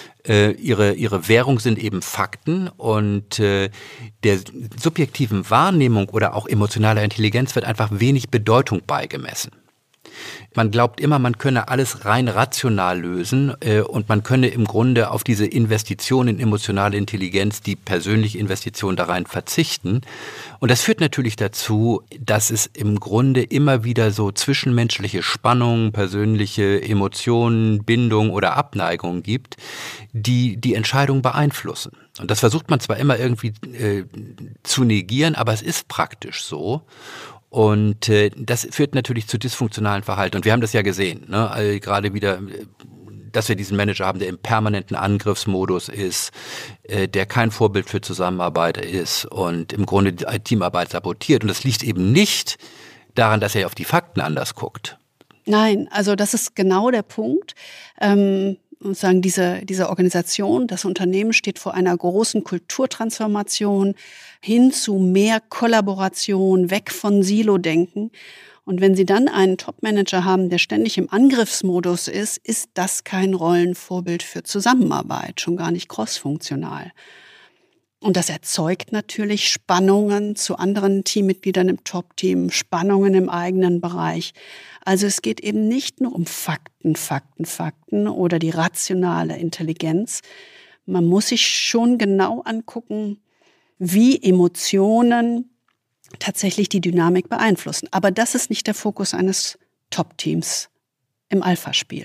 Ihre Währung sind eben Fakten und der subjektiven Wahrnehmung oder auch emotionaler Intelligenz wird einfach wenig Bedeutung beigemessen. Man glaubt immer, man könne alles rein rational lösen und man könne im Grunde auf diese Investition in emotionale Intelligenz, die persönliche Investition da rein verzichten. Und das führt natürlich dazu, dass es im Grunde immer wieder so zwischenmenschliche Spannungen, persönliche Emotionen, Bindung oder Abneigung gibt, die die Entscheidung beeinflussen. Und das versucht man zwar immer irgendwie zu negieren, aber es ist praktisch so. Und das führt natürlich zu dysfunktionalen Verhalten. Und wir haben das ja gesehen, ne? Also gerade wieder, dass wir diesen Manager haben, der im permanenten Angriffsmodus ist, der kein Vorbild für Zusammenarbeit ist und im Grunde die Teamarbeit sabotiert. Und das liegt eben nicht daran, dass er auf die Fakten anders guckt. Nein, also das ist genau der Punkt. Sozusagen diese Organisation, das Unternehmen steht vor einer großen Kulturtransformation hin zu mehr Kollaboration, weg von Silo-Denken. Und wenn Sie dann einen Top-Manager haben, der ständig im Angriffsmodus ist das kein Rollenvorbild für Zusammenarbeit, schon gar nicht crossfunktional. Und das erzeugt natürlich Spannungen zu anderen Teammitgliedern im Top-Team, Spannungen im eigenen Bereich. Also es geht eben nicht nur um Fakten, Fakten, Fakten oder die rationale Intelligenz. Man muss sich schon genau angucken, wie Emotionen tatsächlich die Dynamik beeinflussen. Aber das ist nicht der Fokus eines Top-Teams im Alpha-Spiel.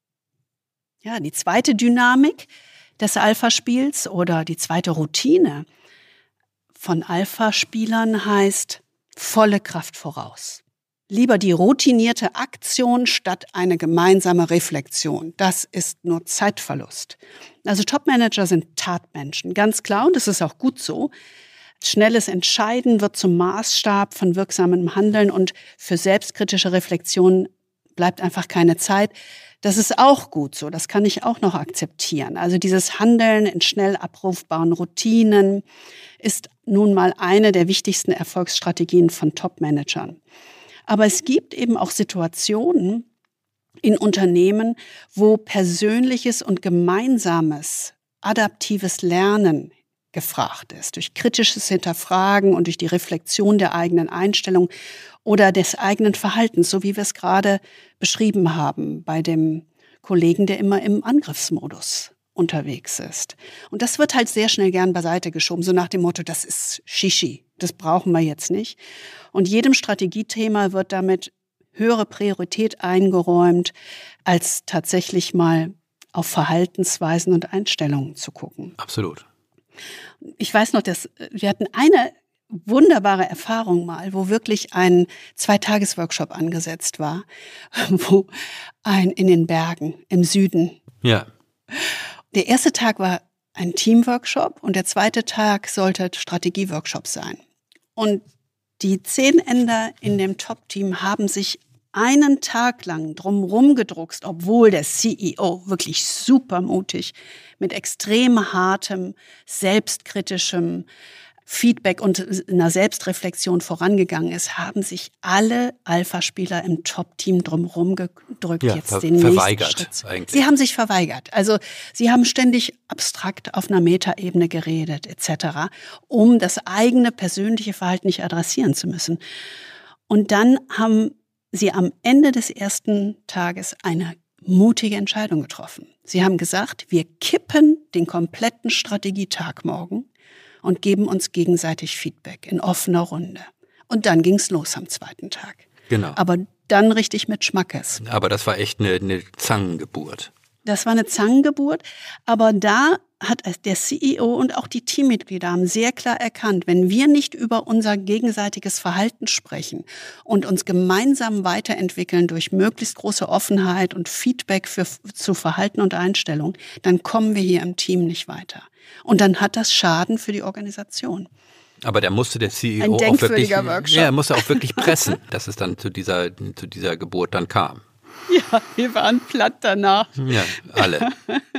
Ja, die zweite Dynamik des Alpha-Spiels oder die zweite Routine von Alpha-Spielern heißt volle Kraft voraus. Lieber die routinierte Aktion statt eine gemeinsame Reflexion. Das ist nur Zeitverlust. Also Top-Manager sind Tatmenschen, ganz klar, und das ist auch gut so. Schnelles Entscheiden wird zum Maßstab von wirksamem Handeln und für selbstkritische Reflexion bleibt einfach keine Zeit. Das ist auch gut so, das kann ich auch noch akzeptieren. Also dieses Handeln in schnell abrufbaren Routinen ist nun mal eine der wichtigsten Erfolgsstrategien von Top-Managern. Aber es gibt eben auch Situationen in Unternehmen, wo persönliches und gemeinsames, adaptives Lernen gefragt ist, durch kritisches Hinterfragen und durch die Reflexion der eigenen Einstellung oder des eigenen Verhaltens, so wie wir es gerade beschrieben haben bei dem Kollegen, der immer im Angriffsmodus unterwegs ist. Und das wird halt sehr schnell gern beiseite geschoben, so nach dem Motto, das ist Shishi, das brauchen wir jetzt nicht. Und jedem Strategiethema wird damit höhere Priorität eingeräumt, als tatsächlich mal auf Verhaltensweisen und Einstellungen zu gucken. Absolut. Ich weiß noch, dass wir hatten eine wunderbare Erfahrung mal, wo wirklich ein 2-Tages-Workshop angesetzt war, wo in den Bergen im Süden. Ja. Der erste Tag war ein Teamworkshop und der zweite Tag sollte Strategieworkshop sein. Und die 10 Ender in dem Top-Team haben sich einen Tag lang drumherum gedruckst, obwohl der CEO wirklich super mutig mit extrem hartem, selbstkritischem Feedback und einer Selbstreflexion vorangegangen ist, haben sich alle Alpha-Spieler im Top-Team drumherum gedrückt. Ja, jetzt den verweigert nächsten Schritt. eigentlich. Sie haben sich verweigert. Also sie haben ständig abstrakt auf einer Metaebene geredet etc., um das eigene persönliche Verhalten nicht adressieren zu müssen. Und dann haben sie am Ende des ersten Tages eine mutige Entscheidung getroffen. Sie haben gesagt, wir kippen den kompletten Strategietag morgen und geben uns gegenseitig Feedback in offener Runde. Und dann ging's los am zweiten Tag. Genau. Aber dann richtig mit Schmackes. Aber das war echt eine Zangengeburt. Das war eine Zangengeburt, aber da hat der CEO und auch die Teammitglieder haben sehr klar erkannt, wenn wir nicht über unser gegenseitiges Verhalten sprechen und uns gemeinsam weiterentwickeln durch möglichst große Offenheit und Feedback zu Verhalten und Einstellung, dann kommen wir hier im Team nicht weiter. Und dann hat das Schaden für die Organisation. Aber da musste der CEO Ein auch wirklich, Workshop. ja, er musste auch wirklich pressen, dass es dann zu dieser Geburt dann kam. Ja, wir waren platt danach. Ja, alle.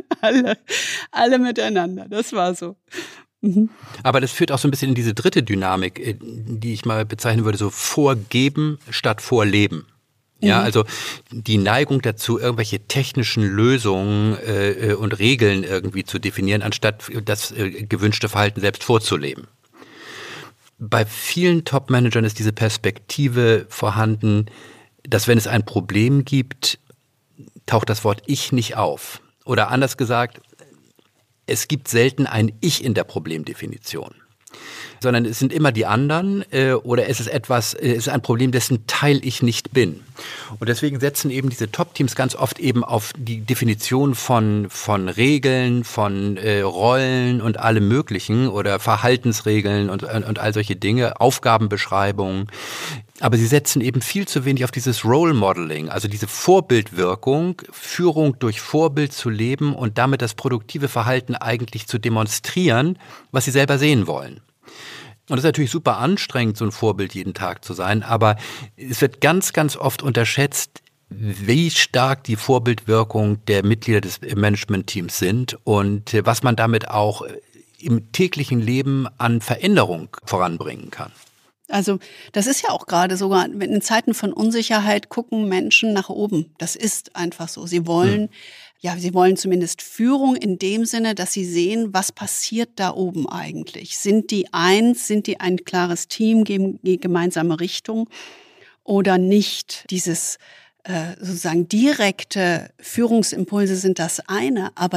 alle miteinander, das war so. Mhm. Aber das führt auch so ein bisschen in diese dritte Dynamik, die ich mal bezeichnen würde, so vorgeben statt vorleben. Ja, also die Neigung dazu, irgendwelche technischen Lösungen und Regeln irgendwie zu definieren, anstatt das gewünschte Verhalten selbst vorzuleben. Bei vielen Top-Managern ist diese Perspektive vorhanden, dass wenn es ein Problem gibt, taucht das Wort Ich nicht auf. Oder anders gesagt, es gibt selten ein Ich in der Problemdefinition. Sondern es sind immer die anderen oder es ist ein Problem, dessen Teil ich nicht bin. Und deswegen setzen eben diese Top-Teams ganz oft eben auf die Definition von Regeln, von Rollen und allem Möglichen oder Verhaltensregeln und all solche Dinge, Aufgabenbeschreibungen. Aber sie setzen eben viel zu wenig auf dieses Role Modeling, also diese Vorbildwirkung, Führung durch Vorbild zu leben und damit das produktive Verhalten eigentlich zu demonstrieren, was sie selber sehen wollen. Und es ist natürlich super anstrengend, so ein Vorbild jeden Tag zu sein, aber es wird ganz, ganz oft unterschätzt, wie stark die Vorbildwirkung der Mitglieder des Management-Teams sind und was man damit auch im täglichen Leben an Veränderung voranbringen kann. Also das ist ja auch gerade sogar, in Zeiten von Unsicherheit gucken Menschen nach oben. Das ist einfach so. Sie wollen sie wollen zumindest Führung in dem Sinne, dass sie sehen, was passiert da oben eigentlich. Sind die eins, sind die ein klares Team, geben die gemeinsame Richtung oder nicht? Dieses sozusagen direkte Führungsimpulse sind das eine, aber das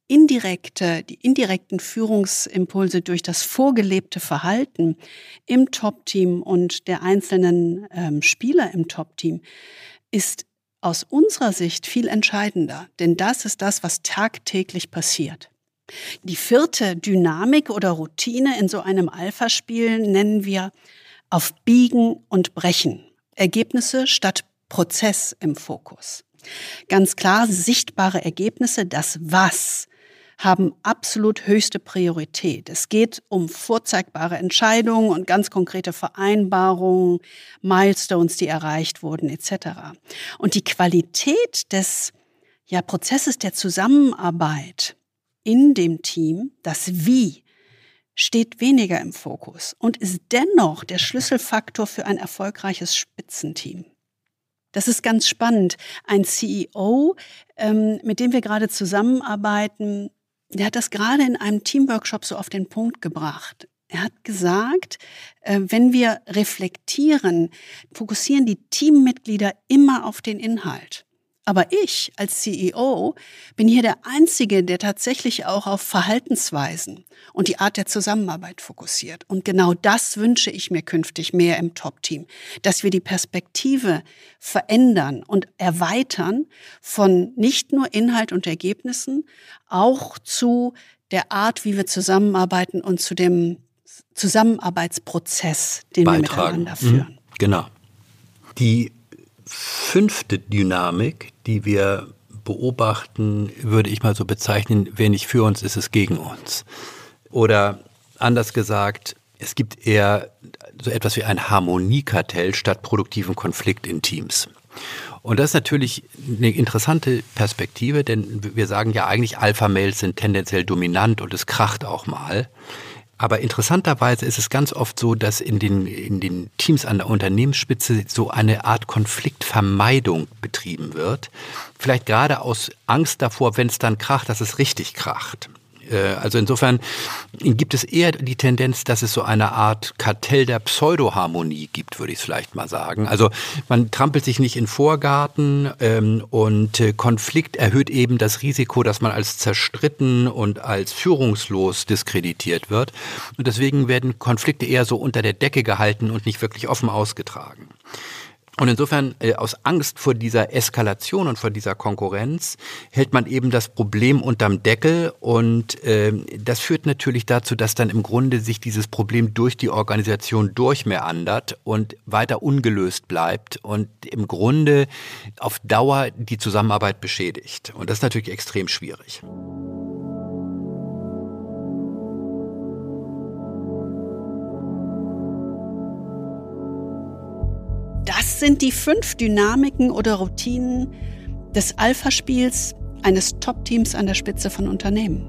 die indirekten Führungsimpulse durch das vorgelebte Verhalten im Top-Team und der einzelnen Spieler im Top-Team ist aus unserer Sicht viel entscheidender, denn das ist das, was tagtäglich passiert. Die vierte Dynamik oder Routine in so einem Alpha-Spiel nennen wir auf Biegen und Brechen. Ergebnisse statt Prozess im Fokus. Ganz klar, sichtbare Ergebnisse, das Was, haben absolut höchste Priorität. Es geht um vorzeigbare Entscheidungen und ganz konkrete Vereinbarungen, Milestones, die erreicht wurden, etc. Und die Qualität des Prozesses der Zusammenarbeit in dem Team, das Wie, steht weniger im Fokus und ist dennoch der Schlüsselfaktor für ein erfolgreiches Spitzenteam. Das ist ganz spannend. Ein CEO, mit dem wir gerade zusammenarbeiten, der hat das gerade in einem Teamworkshop so auf den Punkt gebracht. Er hat gesagt, wenn wir reflektieren, fokussieren die Teammitglieder immer auf den Inhalt. Aber ich als CEO bin hier der Einzige, der tatsächlich auch auf Verhaltensweisen und die Art der Zusammenarbeit fokussiert. Und genau das wünsche ich mir künftig mehr im Top-Team, dass wir die Perspektive verändern und erweitern von nicht nur Inhalt und Ergebnissen, auch zu der Art, wie wir zusammenarbeiten und zu dem Zusammenarbeitsprozess, den wir miteinander führen. Genau. Die 5. Dynamik, die wir beobachten, würde ich mal so bezeichnen, wer nicht für uns ist, ist gegen uns. Oder anders gesagt, es gibt eher so etwas wie ein Harmoniekartell statt produktiven Konflikt in Teams. Und das ist natürlich eine interessante Perspektive, denn wir sagen ja eigentlich, Alpha-Mails sind tendenziell dominant und es kracht auch mal. Aber interessanterweise ist es ganz oft so, dass in den Teams an der Unternehmensspitze so eine Art Konfliktvermeidung betrieben wird. Vielleicht gerade aus Angst davor, wenn es dann kracht, dass es richtig kracht. Also insofern gibt es eher die Tendenz, dass es so eine Art Kartell der Pseudoharmonie gibt, würde ich es vielleicht mal sagen. Also man trampelt sich nicht in Vorgarten und Konflikt erhöht eben das Risiko, dass man als zerstritten und als führungslos diskreditiert wird. Und deswegen werden Konflikte eher so unter der Decke gehalten und nicht wirklich offen ausgetragen. Und insofern aus Angst vor dieser Eskalation und vor dieser Konkurrenz hält man eben das Problem unterm Deckel und das führt natürlich dazu, dass dann im Grunde sich dieses Problem durch die Organisation durchmeandert und weiter ungelöst bleibt und im Grunde auf Dauer die Zusammenarbeit beschädigt. Und das ist natürlich extrem schwierig. Das sind die 5 Dynamiken oder Routinen des Alpha-Spiels eines Top-Teams an der Spitze von Unternehmen.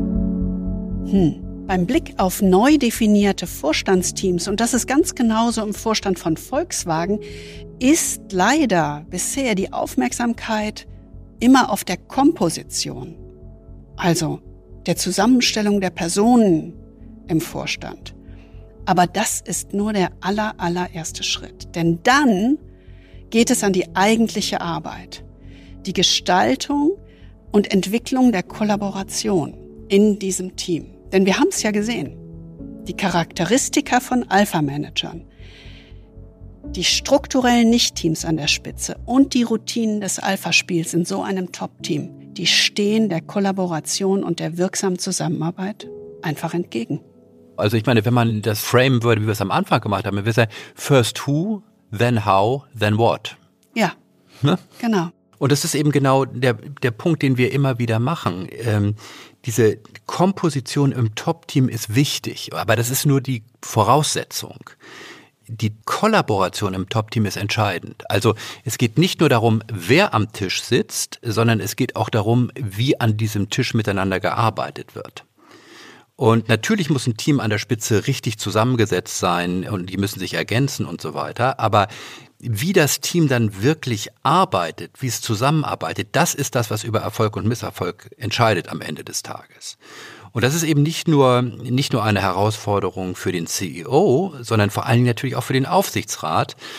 Beim Blick auf neu definierte Vorstandsteams, und das ist ganz genauso im Vorstand von Volkswagen, ist leider bisher die Aufmerksamkeit immer auf der Komposition, also der Zusammenstellung der Personen im Vorstand. Aber das ist nur der allererste Schritt. Denn dann geht es an die eigentliche Arbeit, die Gestaltung und Entwicklung der Kollaboration in diesem Team. Denn wir haben es ja gesehen, die Charakteristika von Alpha-Managern, die strukturellen Nicht-Teams an der Spitze und die Routinen des Alpha-Spiels in so einem Top-Team, die stehen der Kollaboration und der wirksamen Zusammenarbeit einfach entgegen. Also ich meine, wenn man das framen würde, wie wir es am Anfang gemacht haben, dann wäre es ja first who, then how, then what. Ja, ne? Genau. Und das ist eben genau der Punkt, den wir immer wieder machen. Diese Komposition im Top-Team ist wichtig, aber das ist nur die Voraussetzung. Die Kollaboration im Top-Team ist entscheidend. Also es geht nicht nur darum, wer am Tisch sitzt, sondern es geht auch darum, wie an diesem Tisch miteinander gearbeitet wird. Und natürlich muss ein Team an der Spitze richtig zusammengesetzt sein und die müssen sich ergänzen und so weiter. Aber wie das Team dann wirklich arbeitet, wie es zusammenarbeitet, das ist das, was über Erfolg und Misserfolg entscheidet am Ende des Tages. Und das ist eben nicht nur eine Herausforderung für den CEO, sondern vor allen Dingen natürlich auch für den Aufsichtsrat,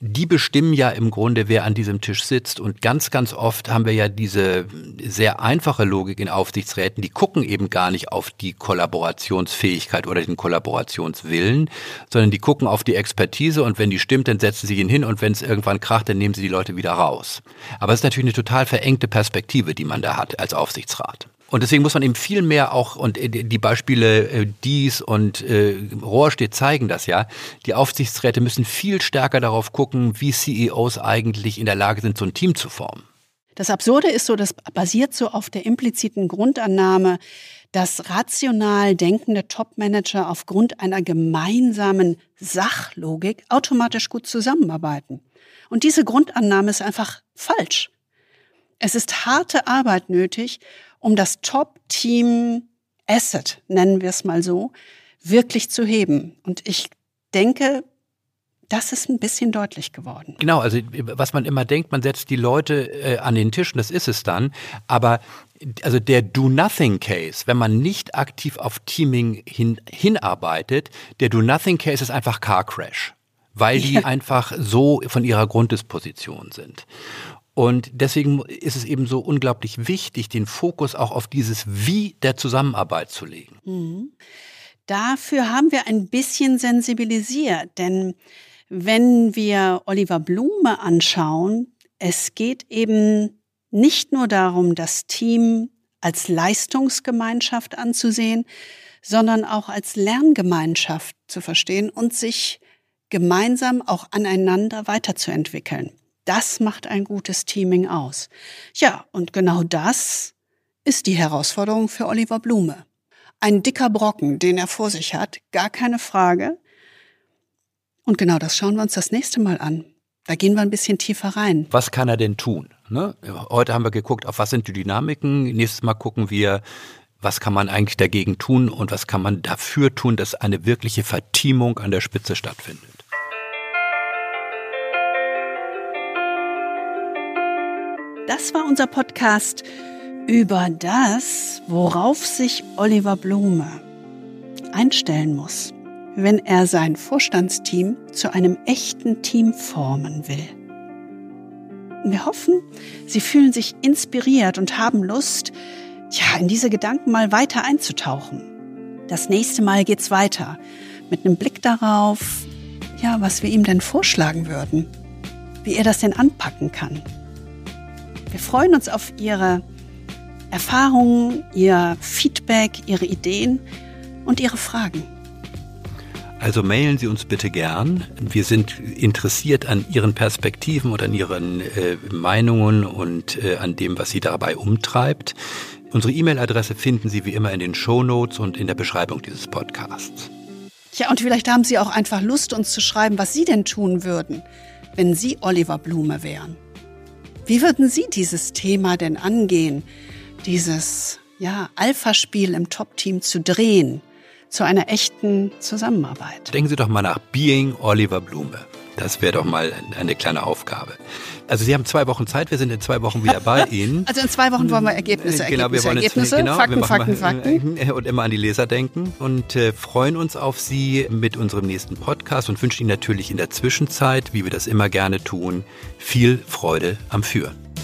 die bestimmen ja im Grunde, wer an diesem Tisch sitzt. Und ganz, ganz oft haben wir ja diese sehr einfache Logik in Aufsichtsräten, die gucken eben gar nicht auf die Kollaborationsfähigkeit oder den Kollaborationswillen, sondern die gucken auf die Expertise und wenn die stimmt, dann setzen sie ihn hin und wenn es irgendwann kracht, dann nehmen sie die Leute wieder raus. Aber es ist natürlich eine total verengte Perspektive, die man da hat als Aufsichtsrat. Und deswegen muss man eben viel mehr auch, und die Beispiele Dies und Rohrstedt zeigen das ja, die Aufsichtsräte müssen viel stärker darauf gucken, wie CEOs eigentlich in der Lage sind, so ein Team zu formen. Das Absurde ist so, das basiert so auf der impliziten Grundannahme, dass rational denkende Topmanager aufgrund einer gemeinsamen Sachlogik automatisch gut zusammenarbeiten. Und diese Grundannahme ist einfach falsch. Es ist harte Arbeit nötig, um das Top-Team-Asset, nennen wir es mal so, wirklich zu heben. Und ich denke, das ist ein bisschen deutlich geworden. Genau, also was man immer denkt, man setzt die Leute an den Tisch und das ist es dann. Aber also der Do-Nothing-Case, wenn man nicht aktiv auf Teaming hinarbeitet, der Do-Nothing-Case ist einfach Car-Crash, weil die einfach so von ihrer Grunddisposition sind. Und deswegen ist es eben so unglaublich wichtig, den Fokus auch auf dieses Wie der Zusammenarbeit zu legen. Mhm. Dafür haben wir ein bisschen sensibilisiert, denn wenn wir Oliver Blume anschauen, es geht eben nicht nur darum, das Team als Leistungsgemeinschaft anzusehen, sondern auch als Lerngemeinschaft zu verstehen und sich gemeinsam auch aneinander weiterzuentwickeln. Das macht ein gutes Teaming aus. Ja, und genau das ist die Herausforderung für Oliver Blume. Ein dicker Brocken, den er vor sich hat, gar keine Frage. Und genau das schauen wir uns das nächste Mal an. Da gehen wir ein bisschen tiefer rein. Was kann er denn tun? Ne? Heute haben wir geguckt, auf was sind die Dynamiken. Nächstes Mal gucken wir, was kann man eigentlich dagegen tun und was kann man dafür tun, dass eine wirkliche Verteamung an der Spitze stattfindet. Das war unser Podcast über das, worauf sich Oliver Blume einstellen muss, wenn er sein Vorstandsteam zu einem echten Team formen will. Wir hoffen, Sie fühlen sich inspiriert und haben Lust, in diese Gedanken mal weiter einzutauchen. Das nächste Mal geht's weiter mit einem Blick darauf, was wir ihm denn vorschlagen würden, wie er das denn anpacken kann. Wir freuen uns auf Ihre Erfahrungen, Ihr Feedback, Ihre Ideen und Ihre Fragen. Also mailen Sie uns bitte gern. Wir sind interessiert an Ihren Perspektiven und an Ihren Meinungen und an dem, was Sie dabei umtreibt. Unsere E-Mail-Adresse finden Sie wie immer in den Shownotes und in der Beschreibung dieses Podcasts. Ja, und vielleicht haben Sie auch einfach Lust, uns zu schreiben, was Sie denn tun würden, wenn Sie Oliver Blume wären. Wie würden Sie dieses Thema denn angehen, dieses Alpha-Spiel im Top-Team zu drehen, zu einer echten Zusammenarbeit? Denken Sie doch mal nach Being Oliver Blume. Das wäre doch mal eine kleine Aufgabe. Also Sie haben 2 Wochen Zeit, wir sind in 2 Wochen wieder bei Ihnen. Also in 2 Wochen wollen wir Ergebnisse. Fakten. Und immer an die Leser denken und freuen uns auf Sie mit unserem nächsten Podcast und wünschen Ihnen natürlich in der Zwischenzeit, wie wir das immer gerne tun, viel Freude am Führen.